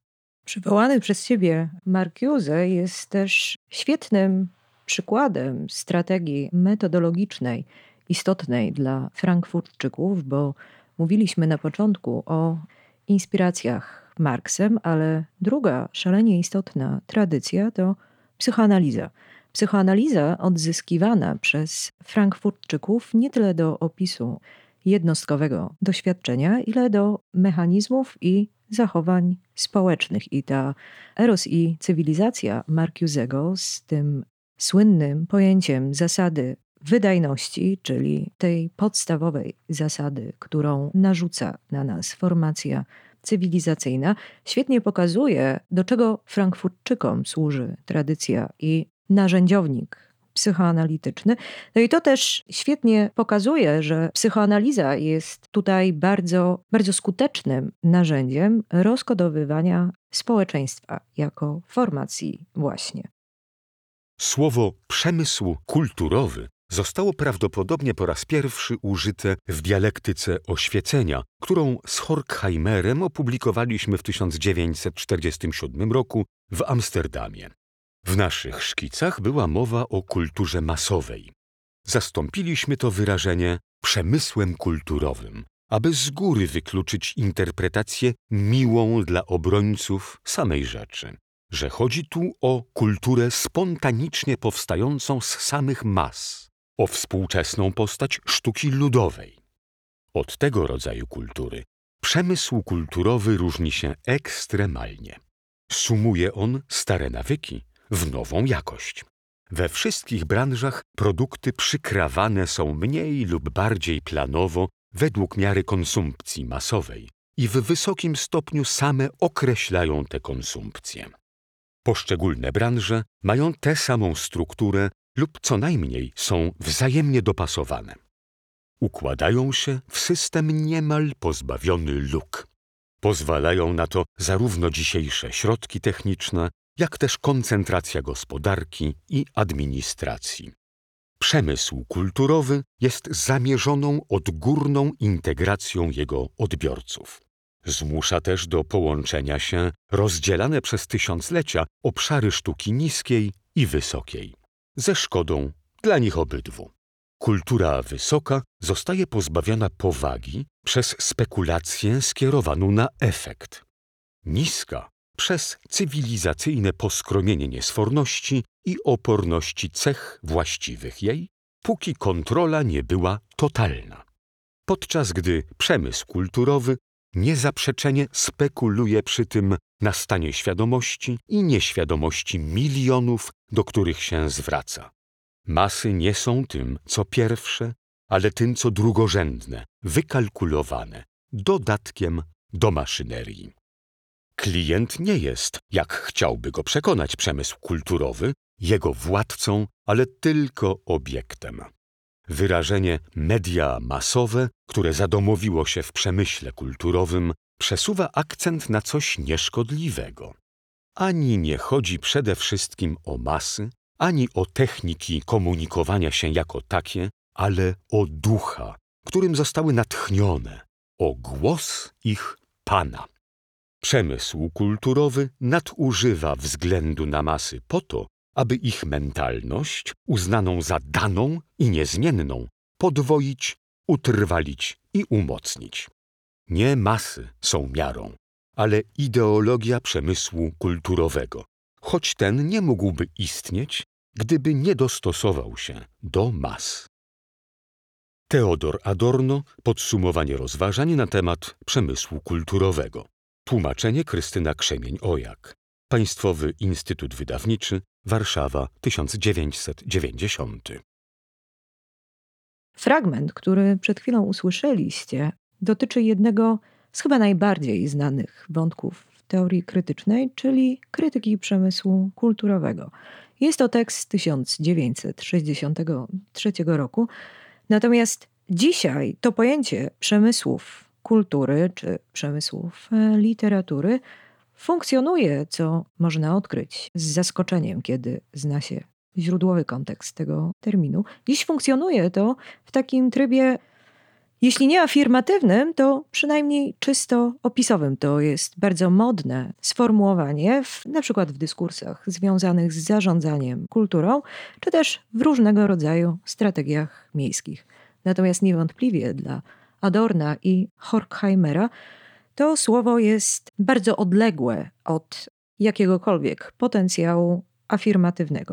Przywołany przez ciebie Marcuse jest też świetnym przykładem strategii metodologicznej istotnej dla Frankfurtczyków, bo mówiliśmy na początku o inspiracjach Marksem, ale druga szalenie istotna tradycja to psychoanaliza. Psychoanaliza odzyskiwana przez Frankfurtczyków nie tyle do opisu jednostkowego doświadczenia, ile do mechanizmów i zachowań społecznych. I ta eros i cywilizacja Marcusego z tym słynnym pojęciem zasady wydajności, czyli tej podstawowej zasady, którą narzuca na nas formacja cywilizacyjna, świetnie pokazuje, do czego Frankfurtczykom służy tradycja i narzędziownik psychoanalityczny. No i to też świetnie pokazuje, że psychoanaliza jest tutaj bardzo, bardzo skutecznym narzędziem rozkodowywania społeczeństwa jako formacji właśnie. Słowo przemysł kulturowy zostało prawdopodobnie po raz pierwszy użyte w dialektyce oświecenia, którą z Horkheimerem opublikowaliśmy w 1947 roku w Amsterdamie. W naszych szkicach była mowa o kulturze masowej. Zastąpiliśmy to wyrażenie przemysłem kulturowym, aby z góry wykluczyć interpretację miłą dla obrońców samej rzeczy, że chodzi tu o kulturę spontanicznie powstającą z samych mas, o współczesną postać sztuki ludowej. Od tego rodzaju kultury przemysł kulturowy różni się ekstremalnie. Sumuje on stare nawyki w nową jakość. We wszystkich branżach produkty przykrawane są mniej lub bardziej planowo według miary konsumpcji masowej i w wysokim stopniu same określają tę konsumpcję. Poszczególne branże mają tę samą strukturę lub co najmniej są wzajemnie dopasowane. Układają się w system niemal pozbawiony luk. Pozwalają na to zarówno dzisiejsze środki techniczne, jak też koncentracja gospodarki i administracji. Przemysł kulturowy jest zamierzoną odgórną integracją jego odbiorców. Zmusza też do połączenia się rozdzielane przez tysiąclecia obszary sztuki niskiej i wysokiej, ze szkodą dla nich obydwu. Kultura wysoka zostaje pozbawiona powagi przez spekulację skierowaną na efekt. Niska przez cywilizacyjne poskromienie niesforności i oporności cech właściwych jej, póki kontrola nie była totalna. Podczas gdy przemysł kulturowy niezaprzeczenie spekuluje przy tym na stanie świadomości i nieświadomości milionów, do których się zwraca. Masy nie są tym, co pierwsze, ale tym, co drugorzędne, wykalkulowane, dodatkiem do maszynerii. Klient nie jest, jak chciałby go przekonać przemysł kulturowy, jego władcą, ale tylko obiektem. Wyrażenie media masowe, które zadomowiło się w przemyśle kulturowym, przesuwa akcent na coś nieszkodliwego. Ani nie chodzi przede wszystkim o masy, ani o techniki komunikowania się jako takie, ale o ducha, którym zostały natchnione, o głos ich Pana. Przemysł kulturowy nadużywa względu na masy po to, aby ich mentalność, uznaną za daną i niezmienną, podwoić, utrwalić i umocnić. Nie masy są miarą, ale ideologia przemysłu kulturowego, choć ten nie mógłby istnieć, gdyby nie dostosował się do mas. Theodor Adorno, podsumowanie rozważań na temat przemysłu kulturowego. Tłumaczenie Krystyna Krzemień-Ojak. Państwowy Instytut Wydawniczy, Warszawa, 1990. Fragment, który przed chwilą usłyszeliście, dotyczy jednego z chyba najbardziej znanych wątków w teorii krytycznej, czyli krytyki przemysłu kulturowego. Jest to tekst z 1963 roku, natomiast dzisiaj to pojęcie przemysłów kultury czy przemysłów literatury funkcjonuje, co można odkryć z zaskoczeniem, kiedy zna się źródłowy kontekst tego terminu. Dziś funkcjonuje to w takim trybie Jeśli nie afirmatywnym, to przynajmniej czysto opisowym. To jest bardzo modne sformułowanie, na przykład w dyskursach związanych z zarządzaniem kulturą, czy też w różnego rodzaju strategiach miejskich. Natomiast niewątpliwie dla Adorna i Horkheimera to słowo jest bardzo odległe od jakiegokolwiek potencjału afirmatywnego.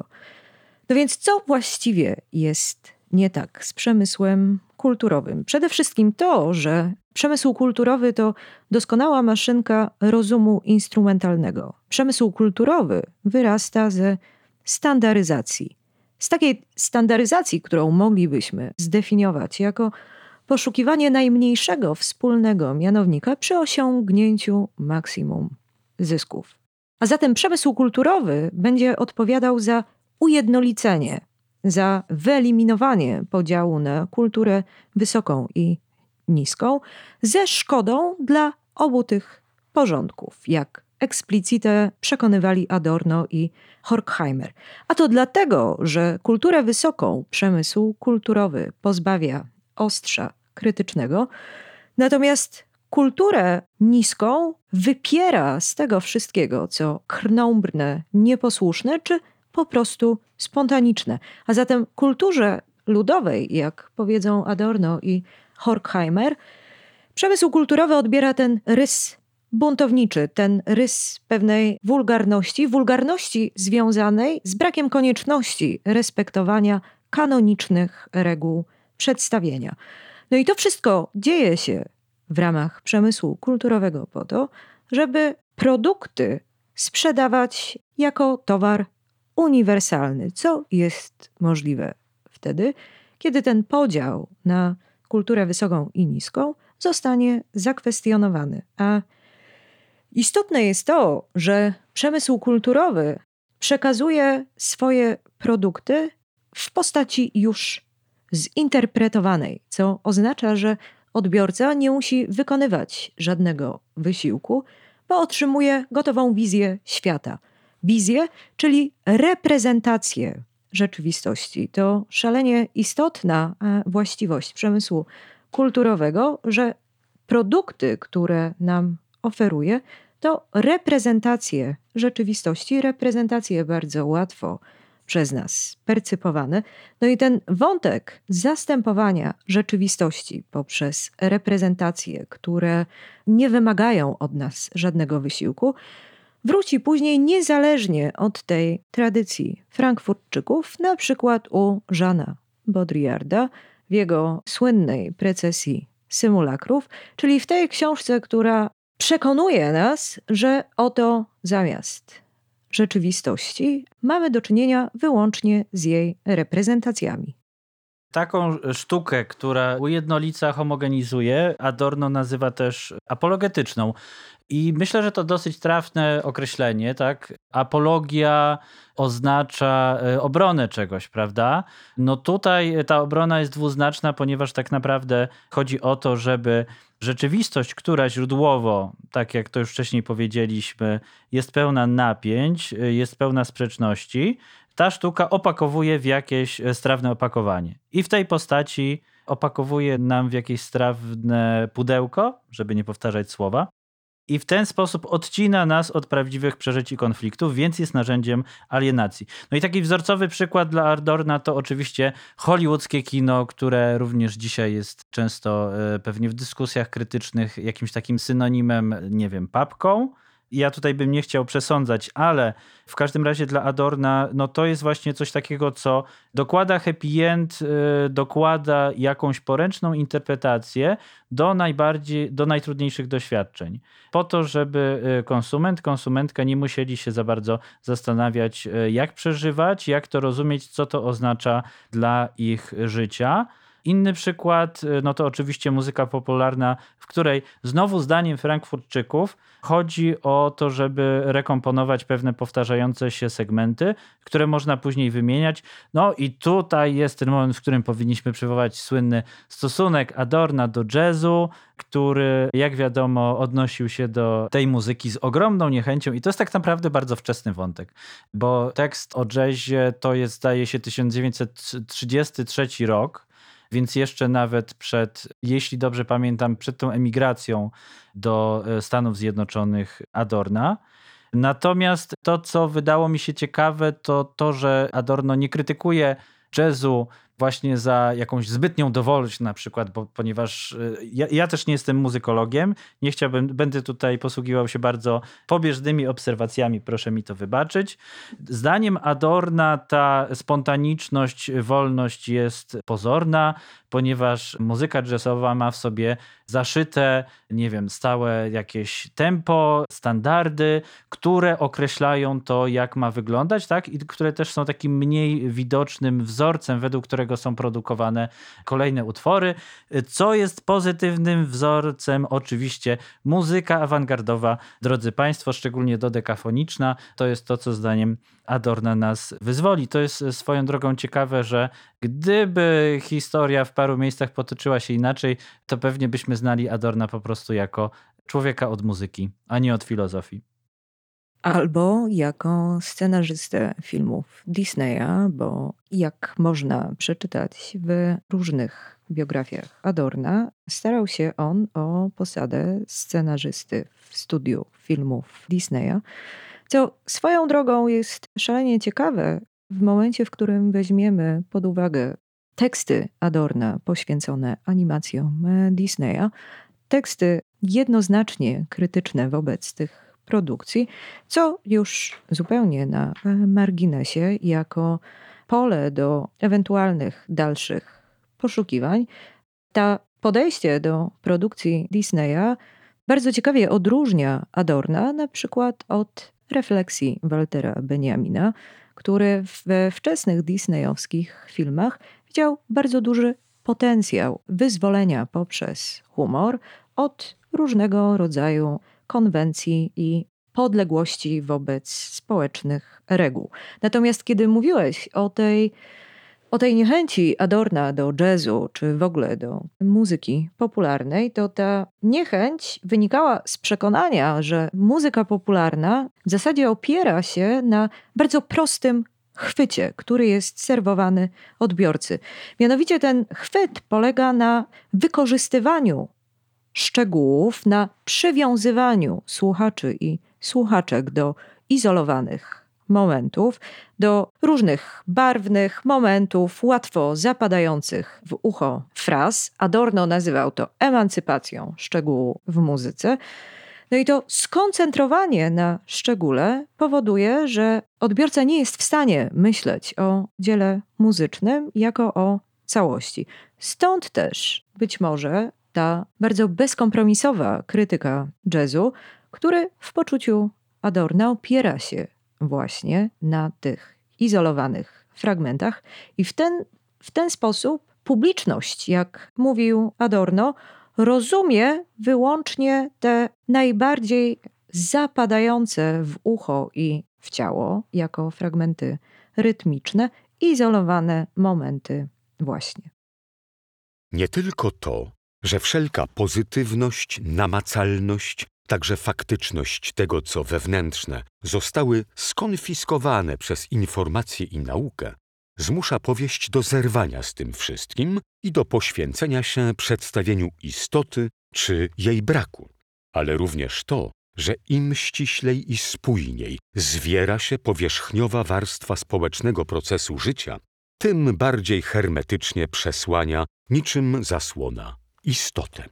No więc co właściwie jest nie tak z przemysłem kulturowym? Przede wszystkim to, że przemysł kulturowy to doskonała maszynka rozumu instrumentalnego. Przemysł kulturowy wyrasta ze standaryzacji. Z takiej standaryzacji, którą moglibyśmy zdefiniować jako poszukiwanie najmniejszego wspólnego mianownika przy osiągnięciu maksimum zysków. A zatem przemysł kulturowy będzie odpowiadał za ujednolicenie, za wyeliminowanie podziału na kulturę wysoką i niską ze szkodą dla obu tych porządków, jak explicite przekonywali Adorno i Horkheimer. A to dlatego, że kulturę wysoką przemysł kulturowy pozbawia ostrza krytycznego, natomiast kulturę niską wypiera z tego wszystkiego, co krnąbrne, nieposłuszne czy po prostu spontaniczne. A zatem kulturze ludowej, jak powiedzą Adorno i Horkheimer, przemysł kulturowy odbiera ten rys buntowniczy, ten rys pewnej wulgarności związanej z brakiem konieczności respektowania kanonicznych reguł przedstawienia. No i to wszystko dzieje się w ramach przemysłu kulturowego po to, żeby produkty sprzedawać jako towar uniwersalny, co jest możliwe wtedy, kiedy ten podział na kulturę wysoką i niską zostanie zakwestionowany. A istotne jest to, że przemysł kulturowy przekazuje swoje produkty w postaci już zinterpretowanej, co oznacza, że odbiorca nie musi wykonywać żadnego wysiłku, bo otrzymuje gotową wizję świata. Wizję, czyli reprezentację rzeczywistości. To szalenie istotna właściwość przemysłu kulturowego, że produkty, które nam oferuje, to reprezentacje rzeczywistości, reprezentacje bardzo łatwo przez nas percypowane. No i ten wątek zastępowania rzeczywistości poprzez reprezentacje, które nie wymagają od nas żadnego wysiłku, wróci później niezależnie od tej tradycji Frankfurtczyków, na przykład u Jeana Baudrillarda w jego słynnej precesji symulakrów, czyli w tej książce, która przekonuje nas, że oto zamiast rzeczywistości mamy do czynienia wyłącznie z jej reprezentacjami. Taką sztukę, która ujednolica, homogenizuje, Adorno nazywa też apologetyczną. I myślę, że to dosyć trafne określenie, tak? Apologia oznacza obronę czegoś, prawda? No tutaj ta obrona jest dwuznaczna, ponieważ tak naprawdę chodzi o to, żeby rzeczywistość, która źródłowo, tak jak to już wcześniej powiedzieliśmy, jest pełna napięć, jest pełna sprzeczności, ta sztuka opakowuje w jakieś strawne opakowanie. I w tej postaci opakowuje nam w jakieś strawne pudełko, żeby nie powtarzać słowa, i w ten sposób odcina nas od prawdziwych przeżyć i konfliktów, więc jest narzędziem alienacji. No i taki wzorcowy przykład dla Adorna to oczywiście hollywoodzkie kino, które również dzisiaj jest często pewnie w dyskusjach krytycznych jakimś takim synonimem, nie wiem, papką. Ja tutaj bym nie chciał przesądzać, ale w każdym razie dla Adorna no to jest właśnie coś takiego, co dokłada happy end, dokłada jakąś poręczną interpretację do najtrudniejszych doświadczeń. Po to, żeby konsumentka nie musieli się za bardzo zastanawiać, jak przeżywać, jak to rozumieć, co to oznacza dla ich życia. Inny przykład, no to oczywiście muzyka popularna, w której znowu zdaniem Frankfurtczyków chodzi o to, żeby rekomponować pewne powtarzające się segmenty, które można później wymieniać. No i tutaj jest ten moment, w którym powinniśmy przywołać słynny stosunek Adorna do jazzu, który, jak wiadomo, odnosił się do tej muzyki z ogromną niechęcią i to jest tak naprawdę bardzo wczesny wątek, bo tekst o jazzie to jest, zdaje się, 1933 rok. więc jeszcze nawet jeśli dobrze pamiętam, przed tą emigracją do Stanów Zjednoczonych Adorna. Natomiast to, co wydało mi się ciekawe, to, że Adorno nie krytykuje jazzu właśnie za jakąś zbytnią dowolność na przykład, ponieważ ja też nie jestem muzykologiem, nie będę tutaj posługiwał się bardzo pobieżnymi obserwacjami, proszę mi to wybaczyć. Zdaniem Adorna ta spontaniczność, wolność jest pozorna, ponieważ muzyka jazzowa ma w sobie zaszyte, nie wiem, stałe jakieś tempo, standardy, które określają to, jak ma wyglądać, tak? I które też są takim mniej widocznym wzorcem, według którego są produkowane kolejne utwory. Co jest pozytywnym wzorcem? Oczywiście muzyka awangardowa, drodzy Państwo, szczególnie dodekafoniczna. To jest to, co zdaniem Adorna nas wyzwoli. To jest swoją drogą ciekawe, że gdyby historia w paru miejscach potoczyła się inaczej, to pewnie byśmy znali Adorna po prostu jako człowieka od muzyki, a nie od filozofii. Albo jako scenarzystę filmów Disneya, bo jak można przeczytać w różnych biografiach Adorna, starał się on o posadę scenarzysty w studiu filmów Disneya, co swoją drogą jest szalenie ciekawe w momencie, w którym weźmiemy pod uwagę teksty Adorna poświęcone animacjom Disneya, teksty jednoznacznie krytyczne wobec tych produkcji, co już zupełnie na marginesie, jako pole do ewentualnych dalszych poszukiwań. To podejście do produkcji Disneya bardzo ciekawie odróżnia Adorna na przykład od refleksji Waltera Benjamina, który we wczesnych disneyowskich filmach widział bardzo duży potencjał wyzwolenia poprzez humor od różnego rodzaju konwencji i podległości wobec społecznych reguł. Natomiast kiedy mówiłeś o tej niechęci Adorna do jazzu, czy w ogóle do muzyki popularnej, to ta niechęć wynikała z przekonania, że muzyka popularna w zasadzie opiera się na bardzo prostym chwycie, który jest serwowany odbiorcy. Mianowicie ten chwyt polega na wykorzystywaniu szczegółów, na przywiązywaniu słuchaczy i słuchaczek do izolowanych momentów, do różnych barwnych momentów, łatwo zapadających w ucho fraz. Adorno nazywał to emancypacją szczegółu w muzyce. No i to skoncentrowanie na szczególe powoduje, że odbiorca nie jest w stanie myśleć o dziele muzycznym jako o całości. Stąd też być może ta bardzo bezkompromisowa krytyka jazzu, który w poczuciu Adorna opiera się właśnie na tych izolowanych fragmentach i w ten sposób publiczność, jak mówił Adorno, rozumie wyłącznie te najbardziej zapadające w ucho i w ciało jako fragmenty rytmiczne, izolowane momenty właśnie. Nie tylko to, że wszelka pozytywność, namacalność, także faktyczność tego, co wewnętrzne, zostały skonfiskowane przez informację i naukę, zmusza powieść do zerwania z tym wszystkim i do poświęcenia się przedstawieniu istoty czy jej braku, ale również to, że im ściślej i spójniej zwiera się powierzchniowa warstwa społecznego procesu życia, tym bardziej hermetycznie przesłania niczym zasłona istotę.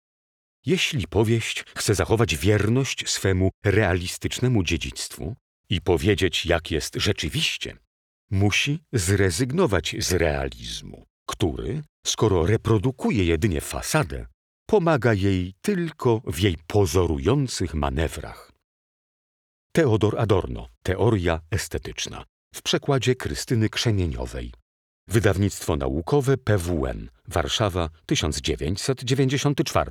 Jeśli powieść chce zachować wierność swemu realistycznemu dziedzictwu i powiedzieć, jak jest rzeczywiście, musi zrezygnować z realizmu, który, skoro reprodukuje jedynie fasadę, pomaga jej tylko w jej pozorujących manewrach. Theodor Adorno, Teoria estetyczna, w przekładzie Krystyny Krzemieniowej. Wydawnictwo naukowe PWN, Warszawa, 1994.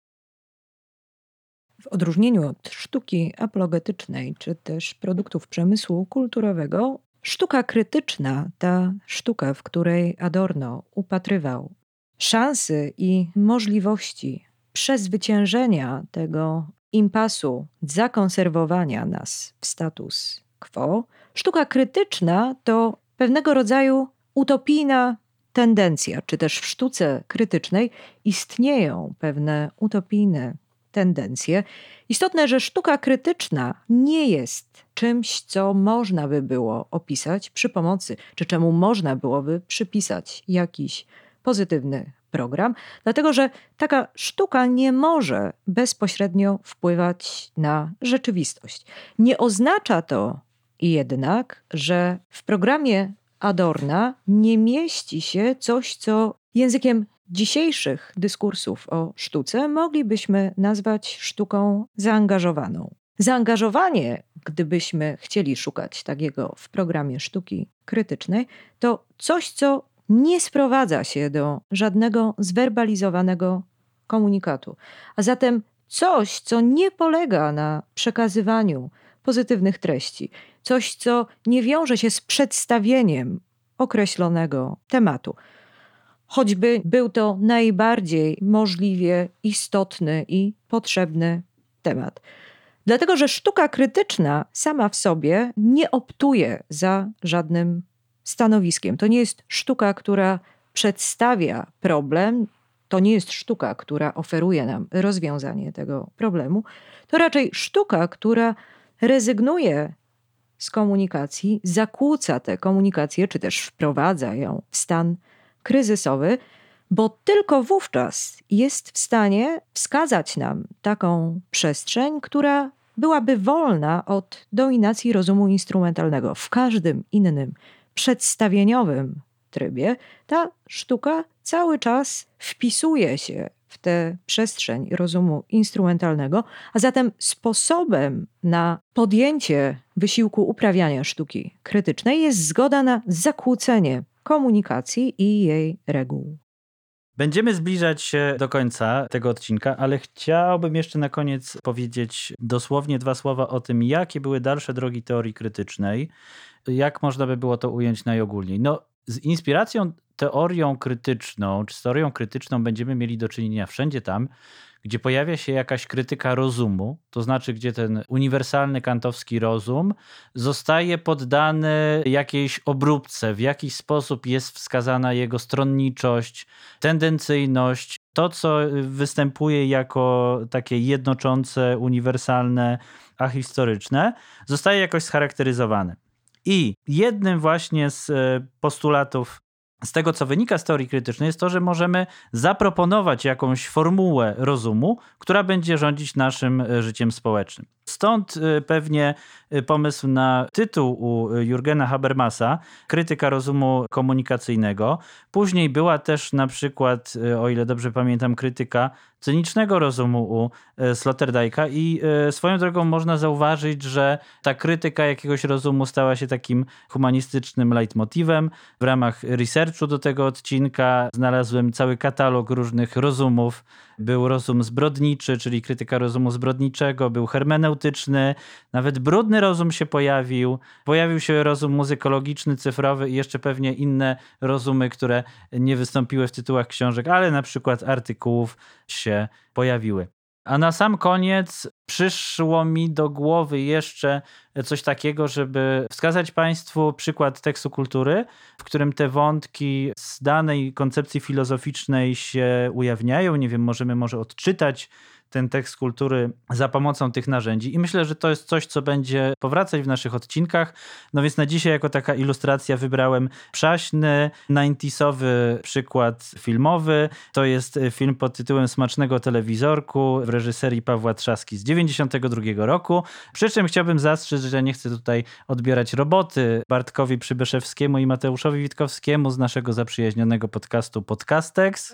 W odróżnieniu od sztuki apologetycznej czy też produktów przemysłu kulturowego, sztuka krytyczna, ta sztuka, w której Adorno upatrywał szansy i możliwości przezwyciężenia tego impasu, zakonserwowania nas w status quo, sztuka krytyczna to pewnego rodzaju utopijna tendencja, czy też w sztuce krytycznej istnieją pewne utopijne tendencje. Istotne, że sztuka krytyczna nie jest czymś, co można by było opisać przy pomocy, czy czemu można byłoby przypisać jakiś pozytywny program, dlatego że taka sztuka nie może bezpośrednio wpływać na rzeczywistość. Nie oznacza to jednak, że w programie Adorna nie mieści się coś, co językiem dzisiejszych dyskursów o sztuce moglibyśmy nazwać sztuką zaangażowaną. Zaangażowanie, gdybyśmy chcieli szukać takiego w programie sztuki krytycznej, to coś, co nie sprowadza się do żadnego zwerbalizowanego komunikatu. A zatem coś, co nie polega na przekazywaniu pozytywnych treści, coś, co nie wiąże się z przedstawieniem określonego tematu. Choćby był to najbardziej możliwie istotny i potrzebny temat. Dlatego, że sztuka krytyczna sama w sobie nie optuje za żadnym stanowiskiem. To nie jest sztuka, która przedstawia problem, to nie jest sztuka, która oferuje nam rozwiązanie tego problemu. To raczej sztuka, która rezygnuje z komunikacji, zakłóca tę komunikację, czy też wprowadza ją w stan kryzysowy, bo tylko wówczas jest w stanie wskazać nam taką przestrzeń, która byłaby wolna od dominacji rozumu instrumentalnego. W każdym innym przedstawieniowym trybie ta sztuka cały czas wpisuje się w tę przestrzeń rozumu instrumentalnego, a zatem sposobem na podjęcie wysiłku uprawiania sztuki krytycznej jest zgoda na zakłócenie komunikacji i jej reguł. Będziemy zbliżać się do końca tego odcinka, ale chciałbym jeszcze na koniec powiedzieć dosłownie 2 słowa o tym, jakie były dalsze drogi teorii krytycznej. Jak można by było to ująć najogólniej? No, z inspiracją teorią krytyczną, czy z teorią krytyczną będziemy mieli do czynienia wszędzie tam, gdzie pojawia się jakaś krytyka rozumu, to znaczy gdzie ten uniwersalny kantowski rozum zostaje poddany jakiejś obróbce, w jakiś sposób jest wskazana jego stronniczość, tendencyjność, to co występuje jako takie jednoczące, uniwersalne, ahistoryczne, zostaje jakoś scharakteryzowane. I jednym właśnie z postulatów z tego, co wynika z teorii krytycznej, jest to, że możemy zaproponować jakąś formułę rozumu, która będzie rządzić naszym życiem społecznym. Stąd pewnie pomysł na tytuł u Jürgena Habermasa, Krytyka rozumu komunikacyjnego. Później była też na przykład, o ile dobrze pamiętam, krytyka cynicznego rozumu u Sloterdijka i swoją drogą można zauważyć, że ta krytyka jakiegoś rozumu stała się takim humanistycznym leitmotivem. W ramach researchu do tego odcinka znalazłem cały katalog różnych rozumów. Był rozum zbrodniczy, czyli krytyka rozumu zbrodniczego, był hermeneutyczny, nawet brudny rozum się pojawił. Pojawił się rozum muzykologiczny, cyfrowy i jeszcze pewnie inne rozumy, które nie wystąpiły w tytułach książek, ale na przykład artykułów się pojawiły. A na sam koniec przyszło mi do głowy jeszcze coś takiego, żeby wskazać Państwu przykład tekstu kultury, w którym te wątki z danej koncepcji filozoficznej się ujawniają. Nie wiem, możemy może odczytać ten tekst kultury za pomocą tych narzędzi. I myślę, że to jest coś, co będzie powracać w naszych odcinkach. No więc na dzisiaj jako taka ilustracja wybrałem przaśny, 90sowy przykład filmowy. To jest film pod tytułem Smacznego telewizorku w reżyserii Pawła Trzaski z 1992 roku. Przy czym chciałbym zastrzec, że nie chcę tutaj odbierać roboty Bartkowi Przybyszewskiemu i Mateuszowi Witkowskiemu z naszego zaprzyjaźnionego podcastu Podcastex.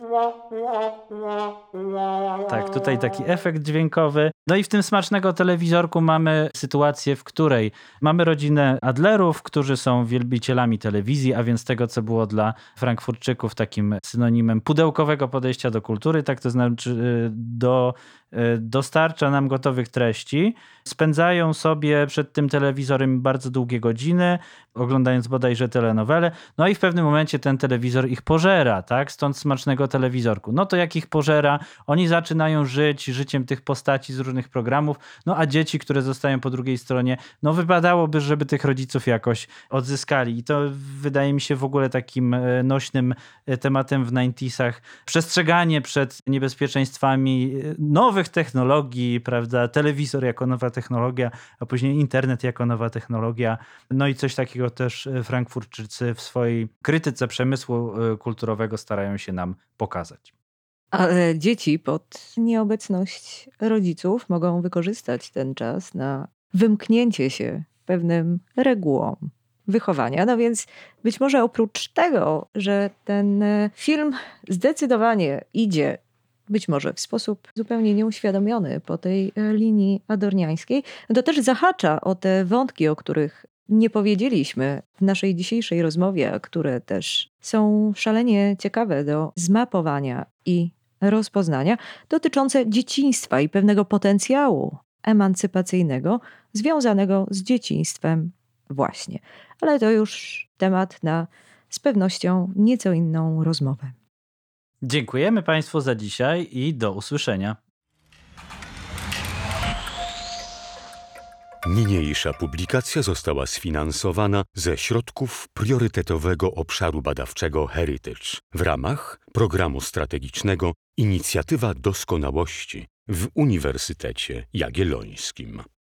Tak, tutaj taki efekt dźwiękowy. No i w tym Smacznego telewizorku mamy sytuację, w której mamy rodzinę Adlerów, którzy są wielbicielami telewizji, a więc tego, co było dla Frankfurtczyków takim synonimem pudełkowego podejścia do kultury, tak to znaczy dostarcza nam gotowych treści. Spędzają sobie przed tym telewizorem bardzo długie godziny, oglądając bodajże telenowele. No i w pewnym momencie ten telewizor ich pożera, tak? Stąd Smacznego telewizorku. początku. No to jak ich pożera, oni zaczynają żyć życiem tych postaci z różnych programów, no a dzieci, które zostają po drugiej stronie, no wypadałoby, żeby tych rodziców jakoś odzyskali. I to wydaje mi się w ogóle takim nośnym tematem w 90'sach. Przestrzeganie przed niebezpieczeństwami nowych technologii, prawda, telewizor jako nowa technologia, a później internet jako nowa technologia. No i coś takiego też Frankfurtczycy w swojej krytyce przemysłu kulturowego starają się nam pokazać. Ale dzieci pod nieobecność rodziców mogą wykorzystać ten czas na wymknięcie się pewnym regułom wychowania. No więc być może oprócz tego, że ten film zdecydowanie idzie być może w sposób zupełnie nieuświadomiony po tej linii adorniańskiej, to też zahacza o te wątki, o których nie powiedzieliśmy w naszej dzisiejszej rozmowie, a które też są szalenie ciekawe do zmapowania i rozpoznania, dotyczące dzieciństwa i pewnego potencjału emancypacyjnego związanego z dzieciństwem właśnie. Ale to już temat na z pewnością nieco inną rozmowę. Dziękujemy Państwu za dzisiaj i do usłyszenia. Niniejsza publikacja została sfinansowana ze środków priorytetowego obszaru badawczego Heritage w ramach programu strategicznego Inicjatywa Doskonałości w Uniwersytecie Jagiellońskim.